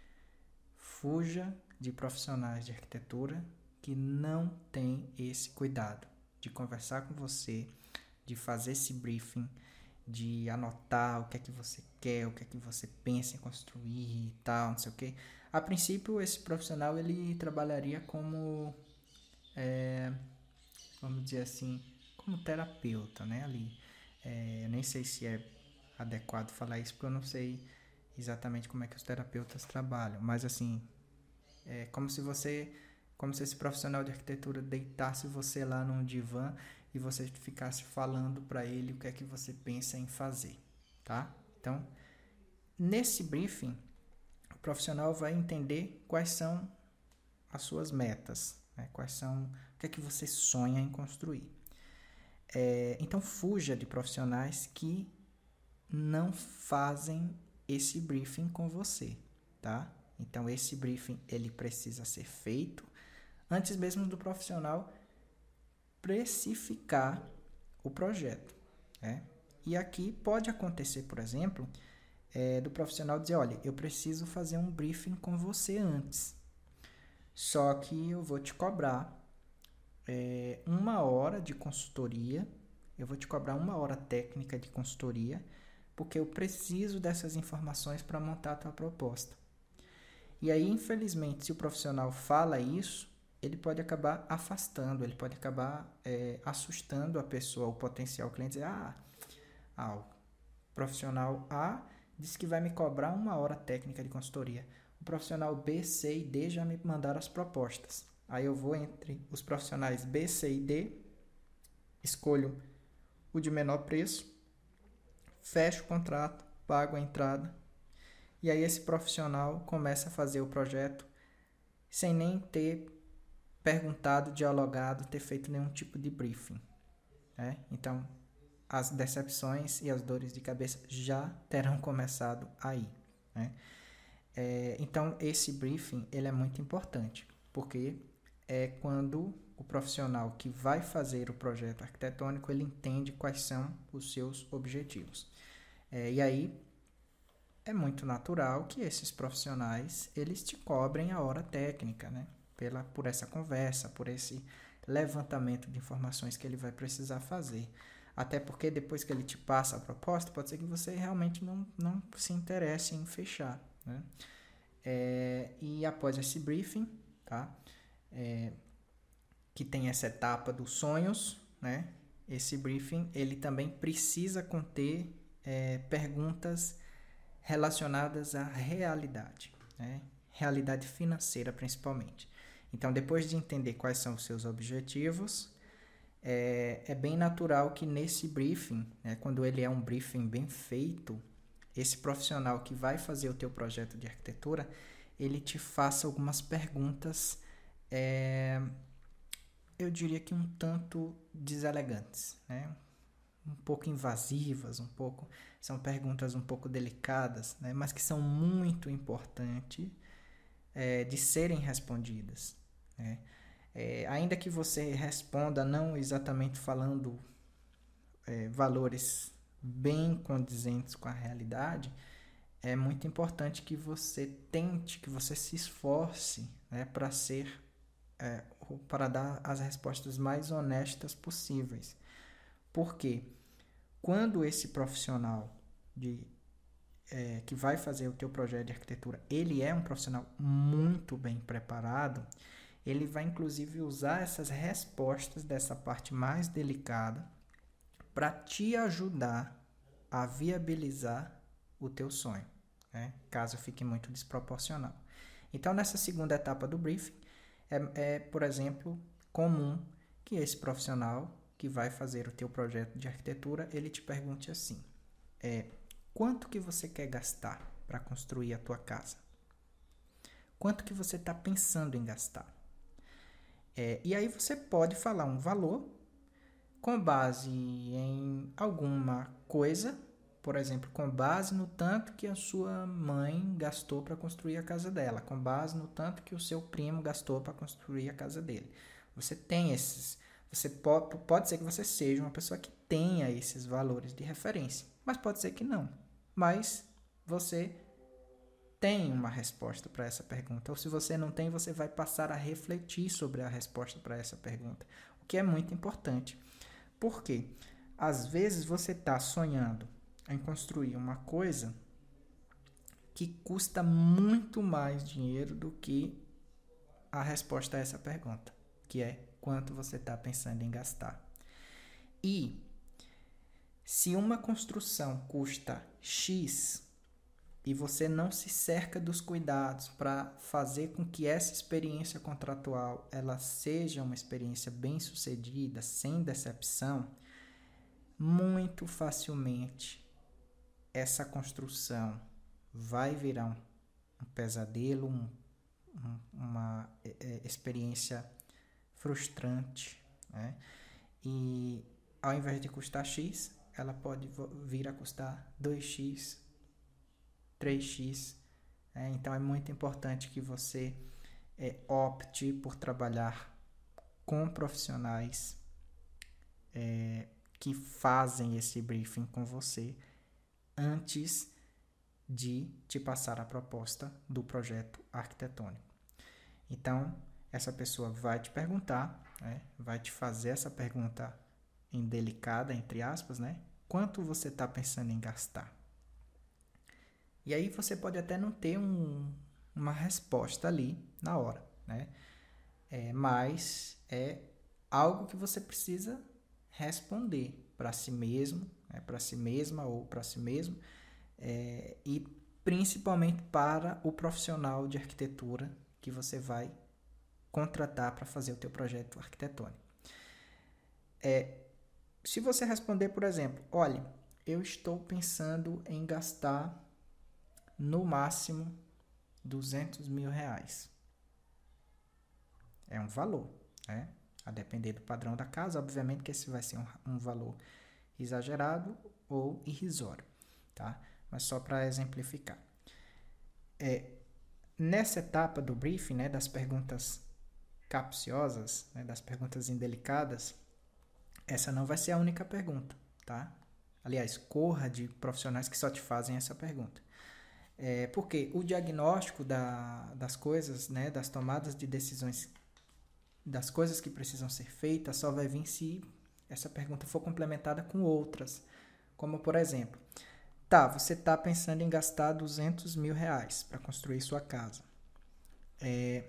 fuja de profissionais de arquitetura que não têm esse cuidado de conversar com você, de fazer esse briefing, de anotar o que é que você quer, o que é que você pensa em construir e tal, não sei o que. A princípio, esse profissional ele trabalharia como, é, vamos dizer assim, como terapeuta, né? Ali, é, eu nem sei se é adequado falar isso, porque eu não sei exatamente como é que os terapeutas trabalham, mas assim, é como se você, como se esse profissional de arquitetura deitasse você lá num divã e você ficasse falando para ele o que é que você pensa em fazer, tá? Então, nesse briefing, o profissional vai entender quais são as suas metas, né? Quais são, o que é que você sonha em construir. É, então, fuja de profissionais que não fazem esse briefing com você, tá? Então, esse briefing, ele precisa ser feito antes mesmo do profissional precificar o projeto, né? E aqui pode acontecer, por exemplo, é, do profissional dizer, olha, eu preciso fazer um briefing com você antes, só que eu vou te cobrar é, uma hora de consultoria, eu vou te cobrar uma hora técnica de consultoria, porque eu preciso dessas informações para montar a tua proposta. E aí, infelizmente, se o profissional fala isso, ele pode acabar afastando, ele pode acabar é, assustando a pessoa, o potencial cliente, dizer, ah, ah, o profissional A disse que vai me cobrar uma hora técnica de consultoria. O profissional B, C e D já me mandaram as propostas. Aí eu vou entre os profissionais B, C e D, escolho o de menor preço, fecho o contrato, pago a entrada, e aí esse profissional começa a fazer o projeto sem nem ter perguntado, dialogado, ter feito nenhum tipo de briefing, né? Então, as decepções e as dores de cabeça já terão começado aí, né? É, então, esse briefing ele é muito importante, porque é quando o profissional que vai fazer o projeto arquitetônico, ele entende quais são os seus objetivos. É, e aí, é muito natural que esses profissionais, eles te cobrem a hora técnica, né? Pela, por essa conversa, por esse levantamento de informações que ele vai precisar fazer. Até porque depois que ele te passa a proposta, pode ser que você realmente não, não se interesse em fechar, né? É, e após esse briefing, tá? É, que tem essa etapa dos sonhos, né? Esse briefing, ele também precisa conter é, perguntas relacionadas à realidade, né? Realidade financeira principalmente. Então, depois de entender quais são os seus objetivos, é, é bem natural que nesse briefing, né, quando ele é um briefing bem feito, esse profissional que vai fazer o teu projeto de arquitetura, ele te faça algumas perguntas, é, eu diria que um tanto deselegantes, né? Um pouco invasivas, um pouco, são perguntas um pouco delicadas, né? Mas que são muito importantes é, de serem respondidas, né? É, ainda que você responda não exatamente falando é, valores bem condizentes com a realidade, é muito importante que você tente, que você se esforce, né, para ser, é, para dar as respostas mais honestas possíveis. Por quê? Quando esse profissional de, é, que vai fazer o teu projeto de arquitetura, ele é um profissional muito bem preparado, ele vai inclusive usar essas respostas dessa parte mais delicada para te ajudar a viabilizar o teu sonho, né? Caso fique muito desproporcional. Então, nessa segunda etapa do briefing, é, é, por exemplo, comum que esse profissional que vai fazer o teu projeto de arquitetura, ele te pergunte assim, é, quanto que você quer gastar para construir a tua casa? Quanto que você está pensando em gastar? É, e aí você pode falar um valor com base em alguma coisa, por exemplo, com base no tanto que a sua mãe gastou para construir a casa dela, com base no tanto que o seu primo gastou para construir a casa dele. Você tem esses, você pode, pode ser que você seja uma pessoa que tenha esses valores de referência, mas pode ser que não. Mas você tem uma resposta para essa pergunta, ou se você não tem, você vai passar a refletir sobre a resposta para essa pergunta, o que é muito importante. Por quê? Às vezes você está sonhando em construir uma coisa que custa muito mais dinheiro do que a resposta a essa pergunta, que é quanto você está pensando em gastar. E se uma construção custa X e você não se cerca dos cuidados para fazer com que essa experiência contratual ela seja uma experiência bem-sucedida, sem decepção, muito facilmente essa construção vai virar um, um pesadelo, um, um, uma é, experiência frustrante, né? E ao invés de custar X, ela pode vir a custar dois x, três x. É, então é muito importante que você é, opte por trabalhar com profissionais é, que fazem esse briefing com você antes de te passar a proposta do projeto arquitetônico. Então, essa pessoa vai te perguntar, né, vai te fazer essa pergunta indelicada, entre aspas, né? Quanto você está pensando em gastar? E aí você pode até não ter um, uma resposta ali na hora, né? É, mas é algo que você precisa responder para si mesmo, né? Para si mesma ou para si mesmo, é, e principalmente para o profissional de arquitetura que você vai contratar para fazer o teu projeto arquitetônico. É, se você responder, por exemplo, olha, eu estou pensando em gastar no máximo duzentos mil reais. É um valor, né? A depender do padrão da casa, obviamente que esse vai ser um, um valor exagerado ou irrisório, tá? Mas só para exemplificar. É, nessa etapa do briefing, né, das perguntas capciosas, né, das perguntas indelicadas, essa não vai ser a única pergunta, tá? Aliás, corra de profissionais que só te fazem essa pergunta. É, porque o diagnóstico da, das coisas, né, das tomadas de decisões, das coisas que precisam ser feitas, só vai vir se essa pergunta for complementada com outras. Como, por exemplo, tá, você está pensando em gastar duzentos mil reais para construir sua casa. É,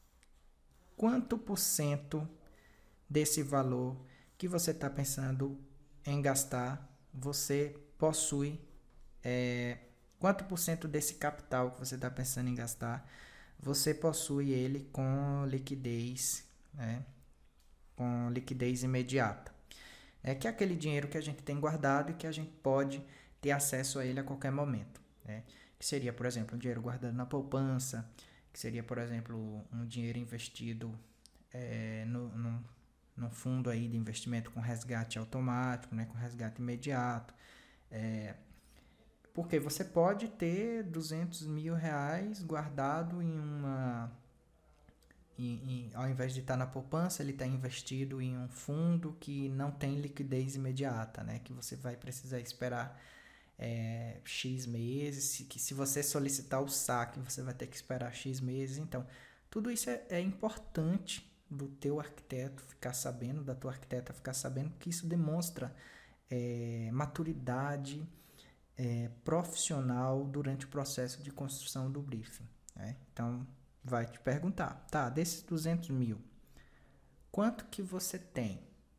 quanto por cento desse valor que você está pensando em gastar, você possui, é, quanto por cento desse capital que você está pensando em gastar, você possui ele com liquidez, né? Com liquidez imediata. É que é aquele dinheiro que a gente tem guardado e que a gente pode ter acesso a ele a qualquer momento, né? Que seria, por exemplo, um dinheiro guardado na poupança, que seria, por exemplo, um dinheiro investido é, no, no num fundo aí de investimento com resgate automático, né, com resgate imediato, é, porque você pode ter duzentos mil reais guardado em uma, em, em, ao invés de estar na poupança, ele está investido em um fundo que não tem liquidez imediata, né, que você vai precisar esperar é, X meses, que se você solicitar o saque, você vai ter que esperar X meses, então tudo isso é, é importante do teu arquiteto ficar sabendo, da tua arquiteta ficar sabendo, que isso demonstra é, maturidade é, profissional durante o processo de construção do briefing, né? Então, vai te perguntar, tá, desses duzentos mil, quanto que você tem?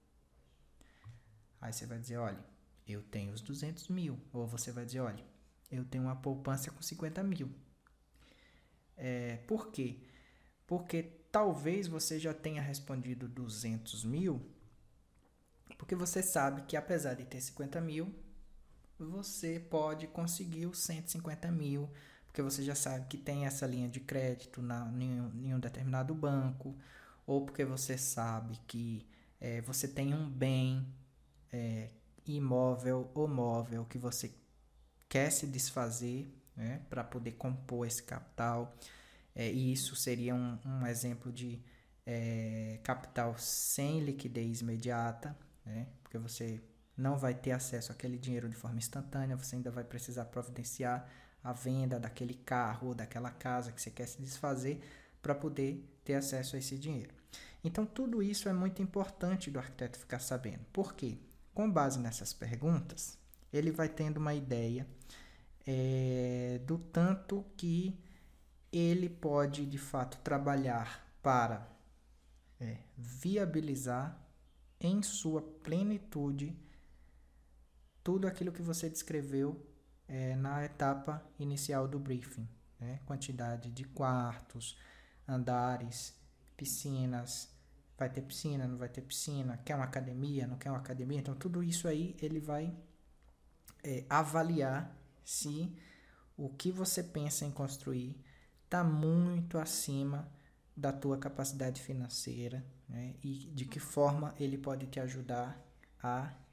Aí você vai dizer, olha, eu tenho os duzentos mil. Ou você vai dizer, olha, eu tenho uma poupança com cinquenta mil. É, por quê? Porque talvez você já tenha respondido duzentos mil, porque você sabe que apesar de ter cinquenta mil, você pode conseguir os cento e cinquenta mil, porque você já sabe que tem essa linha de crédito na, em, um, em um determinado banco, ou porque você sabe que é, você tem um bem é, imóvel ou móvel que você quer se desfazer, né, para poder compor esse capital. É, e isso seria um, um exemplo de é, capital sem liquidez imediata, né? Porque você não vai ter acesso àquele dinheiro de forma instantânea, você ainda vai precisar providenciar a venda daquele carro ou daquela casa que você quer se desfazer para poder ter acesso a esse dinheiro. Então, tudo isso é muito importante do arquiteto ficar sabendo. Por quê? Com base nessas perguntas, ele vai tendo uma ideia é, do tanto que ele pode, de fato, trabalhar para é, viabilizar em sua plenitude tudo aquilo que você descreveu é, na etapa inicial do briefing, né? Quantidade de quartos, andares, piscinas, vai ter piscina, não vai ter piscina, quer uma academia, não quer uma academia, então tudo isso aí ele vai é, avaliar se o que você pensa em construir está muito acima da tua capacidade financeira, né? E de que forma ele pode te ajudar a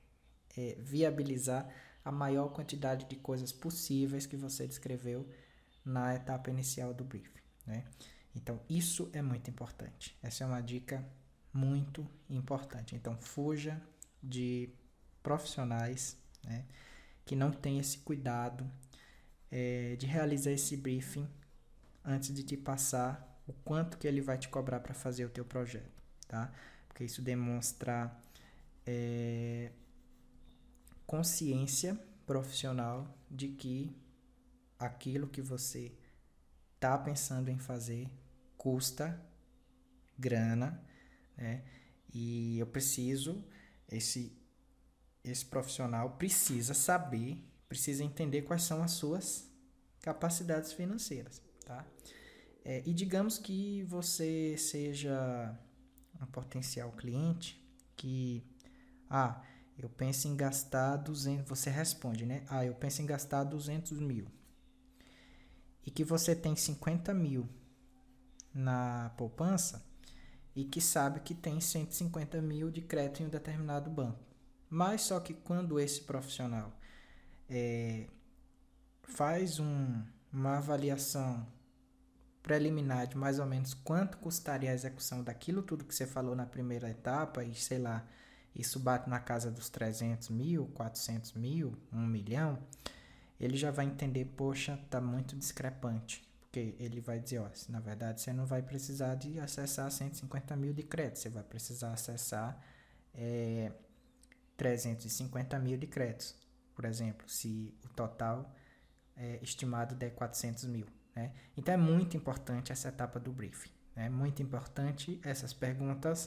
é, viabilizar a maior quantidade de coisas possíveis que você descreveu na etapa inicial do briefing, né? Então, isso é muito importante. Essa é uma dica muito importante. Então, fuja de profissionais, né, que não têm esse cuidado é, de realizar esse briefing antes de te passar o quanto que ele vai te cobrar para fazer o teu projeto, tá? Porque isso demonstra é, consciência profissional de que aquilo que você está pensando em fazer custa grana, né? E eu preciso, esse, esse profissional precisa saber, precisa entender quais são as suas capacidades financeiras, tá? É, e digamos que você seja um potencial cliente que, ah, eu penso em gastar duzentos, você responde, né? Ah, eu penso em gastar duzentos mil. E que você tem cinquenta mil na poupança e que sabe que tem cento e cinquenta mil de crédito em um determinado banco. Mas só que quando esse profissional é, faz um, uma avaliação preliminar de mais ou menos quanto custaria a execução daquilo tudo que você falou na primeira etapa e, sei lá, isso bate na casa dos trezentos mil, quatrocentos mil, um milhão, ele já vai entender, poxa, tá muito discrepante. Porque ele vai dizer, ó, na verdade você não vai precisar de acessar cento e cinquenta mil de crédito, você vai precisar acessar é, trezentos e cinquenta mil de créditos, por exemplo, se o total é, estimado der quatrocentos mil. Né? Então é muito importante essa etapa do briefing. É, né? Muito importante essas perguntas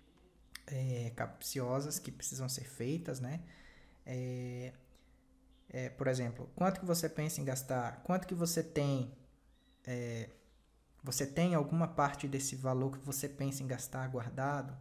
é, capciosas que precisam ser feitas, né? É, é, por exemplo, quanto que você pensa em gastar? Quanto que você tem? É, você tem alguma parte desse valor que você pensa em gastar guardado?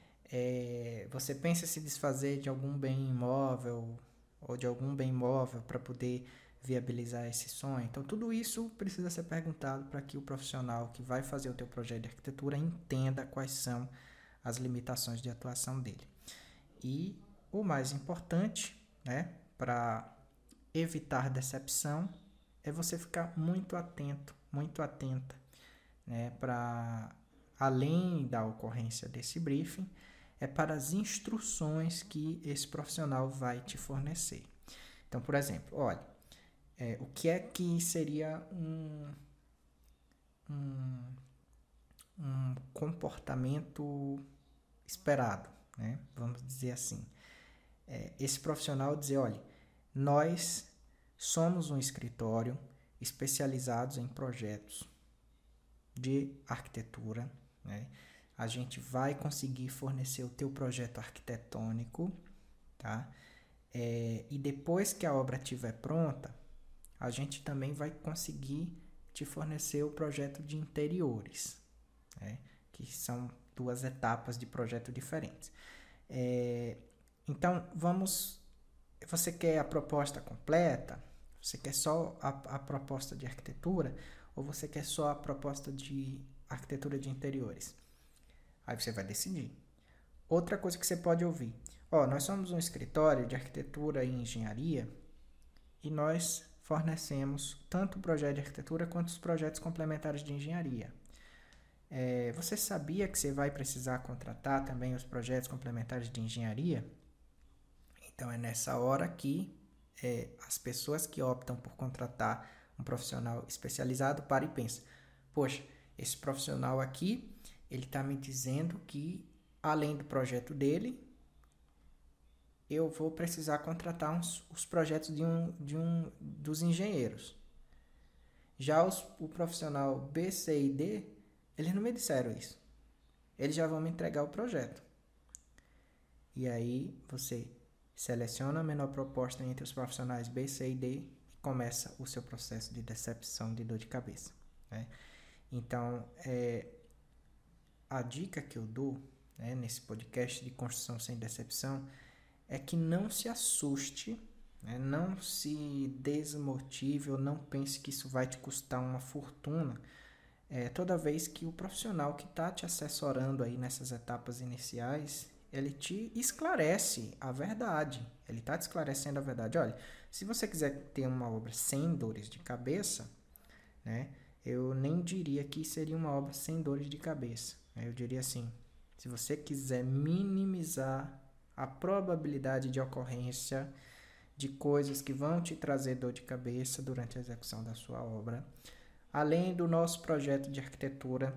É, você pensa em se desfazer de algum bem imóvel ou de algum bem imóvel para poder viabilizar esse sonho? Então, tudo isso precisa ser perguntado para que o profissional que vai fazer o teu projeto de arquitetura entenda quais são as limitações de atuação dele. E o mais importante, né, para evitar decepção, é você ficar muito atento, muito atenta, né, para, além da ocorrência desse briefing, é para as instruções que esse profissional vai te fornecer. Então, por exemplo, olha, é, o que é que seria um, um, um comportamento esperado, né? Vamos dizer assim. É, esse profissional dizer, olha, nós somos um escritório especializados em projetos de arquitetura, né? A gente vai conseguir fornecer o teu projeto arquitetônico, tá? É, e depois que a obra estiver pronta, a gente também vai conseguir te fornecer o projeto de interiores, né? Que são duas etapas de projeto diferentes. É, então, vamos... Você quer a proposta completa? Você quer só a, a proposta de arquitetura? Ou você quer só a proposta de arquitetura de interiores? Aí você vai decidir. Outra coisa que você pode ouvir. Ó, nós somos um escritório de arquitetura e engenharia e nós fornecemos tanto o projeto de arquitetura quanto os projetos complementares de engenharia. É, você sabia que você vai precisar contratar também os projetos complementares de engenharia? Então é nessa hora que é, as pessoas que optam por contratar um profissional especializado param e pensam, poxa, esse profissional aqui, ele está me dizendo que além do projeto dele, eu vou precisar contratar uns, os projetos de um, de um dos engenheiros. Já os, o profissional B, C e D, eles não me disseram isso. Eles já vão me entregar o projeto. E aí você seleciona a menor proposta entre os profissionais B, C e D e começa o seu processo de decepção, de dor de cabeça. Né? Então, é, a dica que eu dou, né, nesse podcast de Construção Sem Decepção é que não se assuste, né, não se desmotive ou não pense que isso vai te custar uma fortuna é, toda vez que o profissional que está te assessorando aí nessas etapas iniciais ele te esclarece a verdade. Ele está te esclarecendo a verdade. Olha, se você quiser ter uma obra sem dores de cabeça, né, eu nem diria que seria uma obra sem dores de cabeça. Eu diria assim, se você quiser minimizar a probabilidade de ocorrência de coisas que vão te trazer dor de cabeça durante a execução da sua obra, além do nosso projeto de arquitetura,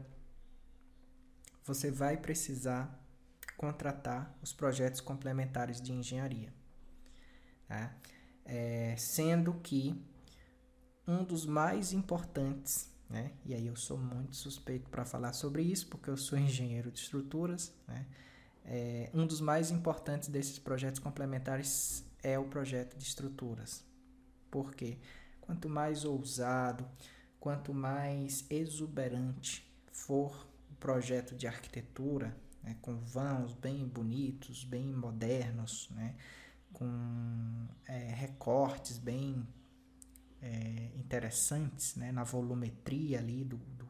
você vai precisar contratar os projetos complementares de engenharia. Tá? É, sendo que um dos mais importantes, né? E aí eu sou muito suspeito para falar sobre isso, porque eu sou engenheiro de estruturas, né? É, um dos mais importantes desses projetos complementares é o projeto de estruturas. Por quê? Quanto mais ousado, quanto mais exuberante for o projeto de arquitetura, né, com vãos bem bonitos, bem modernos, né, com é, recortes bem é, interessantes, né, na volumetria ali do, do,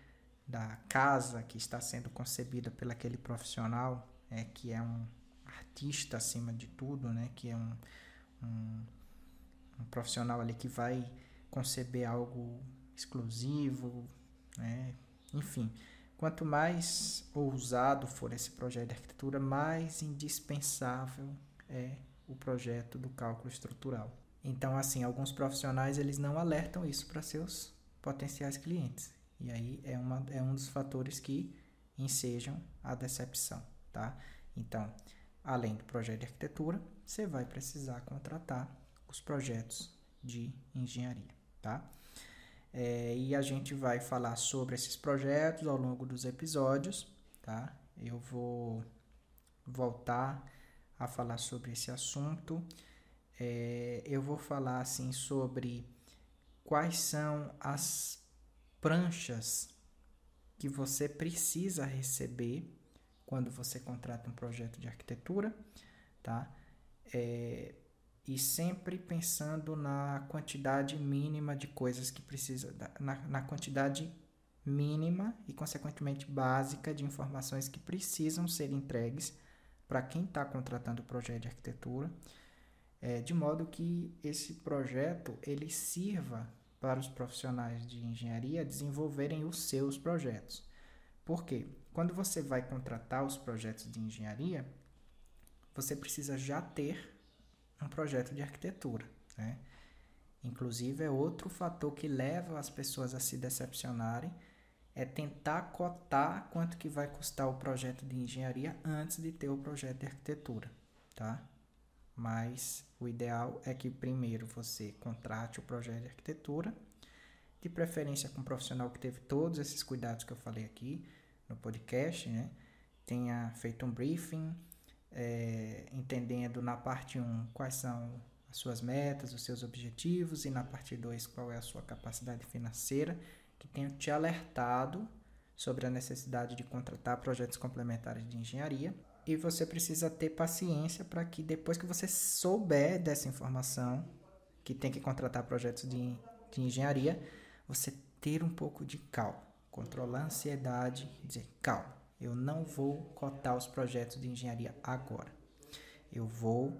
da casa que está sendo concebida pelo aquele profissional, é, que é um artista acima de tudo, né, que é um, um, um profissional ali que vai conceber algo exclusivo, né, enfim. Quanto mais ousado for esse projeto de arquitetura, mais indispensável é o projeto do cálculo estrutural. Então, assim, alguns profissionais eles não alertam isso para seus potenciais clientes. E aí é, uma, é um dos fatores que ensejam a decepção, tá? Então, além do projeto de arquitetura, você vai precisar contratar os projetos de engenharia, tá? É, e a gente vai falar sobre esses projetos ao longo dos episódios, tá? Eu vou voltar a falar sobre esse assunto. É, eu vou falar assim sobre quais são as pranchas que você precisa receber quando você contrata um projeto de arquitetura, tá? É, e sempre pensando na quantidade mínima de coisas que precisa, na, na quantidade mínima e, consequentemente, básica de informações que precisam ser entregues para quem está contratando o projeto de arquitetura, é, de modo que esse projeto ele sirva para os profissionais de engenharia desenvolverem os seus projetos. Por quê? Quando você vai contratar os projetos de engenharia, você precisa já ter um projeto de arquitetura, né? Inclusive, é outro fator que leva as pessoas a se decepcionarem, é tentar cotar quanto que vai custar o projeto de engenharia antes de ter o projeto de arquitetura, tá? Mas o ideal é que primeiro você contrate o projeto de arquitetura, de preferência com um profissional que teve todos esses cuidados que eu falei aqui no podcast, né? Tenha feito um briefing, é, entendendo na parte um quais são as suas metas, os seus objetivos, e na parte dois qual é a sua capacidade financeira, que tenha te alertado sobre a necessidade de contratar projetos complementares de engenharia. E você precisa ter paciência para que depois que você souber dessa informação, que tem que contratar projetos de, de engenharia, você ter um pouco de calma, controlar a ansiedade e dizer, calma, eu não vou cotar os projetos de engenharia agora. Eu vou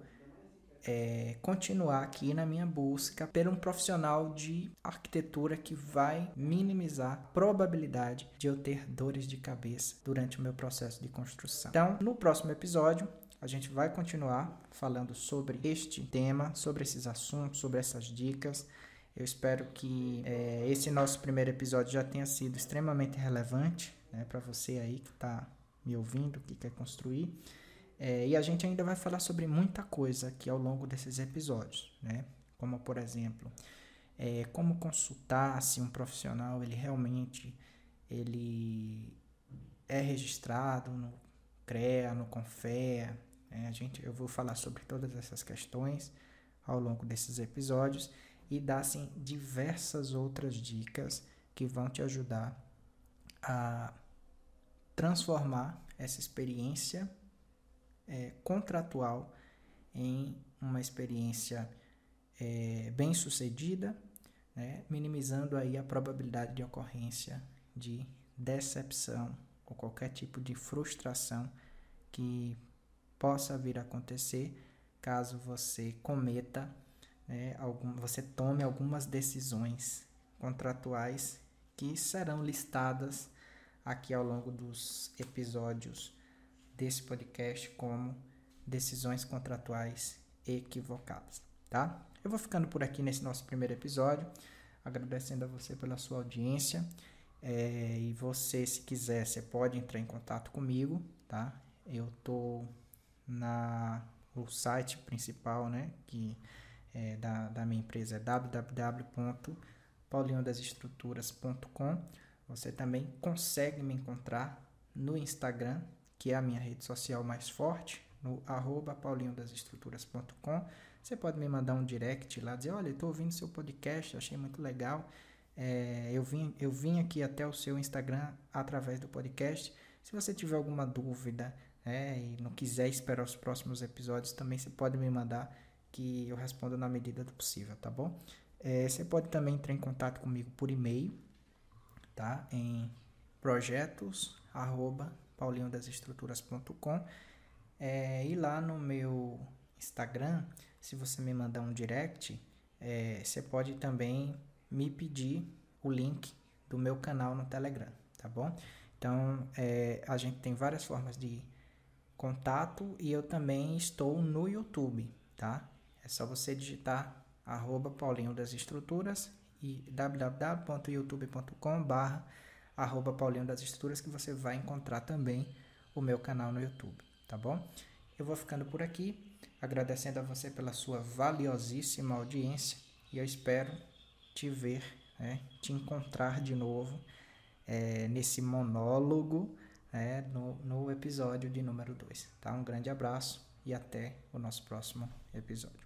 é, continuar aqui na minha busca por um profissional de arquitetura que vai minimizar a probabilidade de eu ter dores de cabeça durante o meu processo de construção. Então, no próximo episódio, a gente vai continuar falando sobre este tema, sobre esses assuntos, sobre essas dicas. Eu espero que é, esse nosso primeiro episódio já tenha sido extremamente relevante, né, para você aí que está me ouvindo, que quer construir. É, e a gente ainda vai falar sobre muita coisa aqui ao longo desses episódios, né? Como, por exemplo, é, como consultar se um profissional ele realmente ele é registrado no CREA, no CONFEA. Né? A gente, eu vou falar sobre todas essas questões ao longo desses episódios e dar assim, diversas outras dicas que vão te ajudar a transformar essa experiência é, contratual em uma experiência é, bem sucedida, né, minimizando aí a probabilidade de ocorrência de decepção ou qualquer tipo de frustração que possa vir a acontecer caso você cometa, né, algum, você tome algumas decisões contratuais que serão listadas aqui ao longo dos episódios desse podcast como decisões contratuais equivocadas, tá? Eu vou ficando por aqui nesse nosso primeiro episódio, agradecendo a você pela sua audiência. É, e você, se quiser, você pode entrar em contato comigo, tá? Eu tô na o site principal, né, que é da, da minha empresa é w w w ponto paulinho das estruturas ponto com. Você também consegue me encontrar no Instagram, que é a minha rede social mais forte, no arroba paulinho das estruturas ponto com. Você pode me mandar um direct lá, dizer, olha, eu estou ouvindo seu podcast, achei muito legal. É, eu, vim, eu vim aqui até o seu Instagram através do podcast. Se você tiver alguma dúvida, é, e não quiser esperar os próximos episódios, também você pode me mandar que eu respondo na medida do possível, tá bom? É, você pode também entrar em contato comigo por e-mail, tá? Em projetos arroba paulinho das estruturas ponto com. É, e lá no meu Instagram, se você me mandar um direct, é, você pode também me pedir o link do meu canal no Telegram, tá bom? Então, é, a gente tem várias formas de contato e eu também estou no YouTube, tá? É só você digitar arroba Paulinho das Estruturas e w w w ponto youtube ponto com barra arroba Paulinho das Estruturas que você vai encontrar também o meu canal no YouTube, tá bom? Eu vou ficando por aqui, agradecendo a você pela sua valiosíssima audiência e eu espero te ver, né, te encontrar de novo é, nesse monólogo, é, no, no episódio de número dois. Tá? Um grande abraço e até o nosso próximo episódio.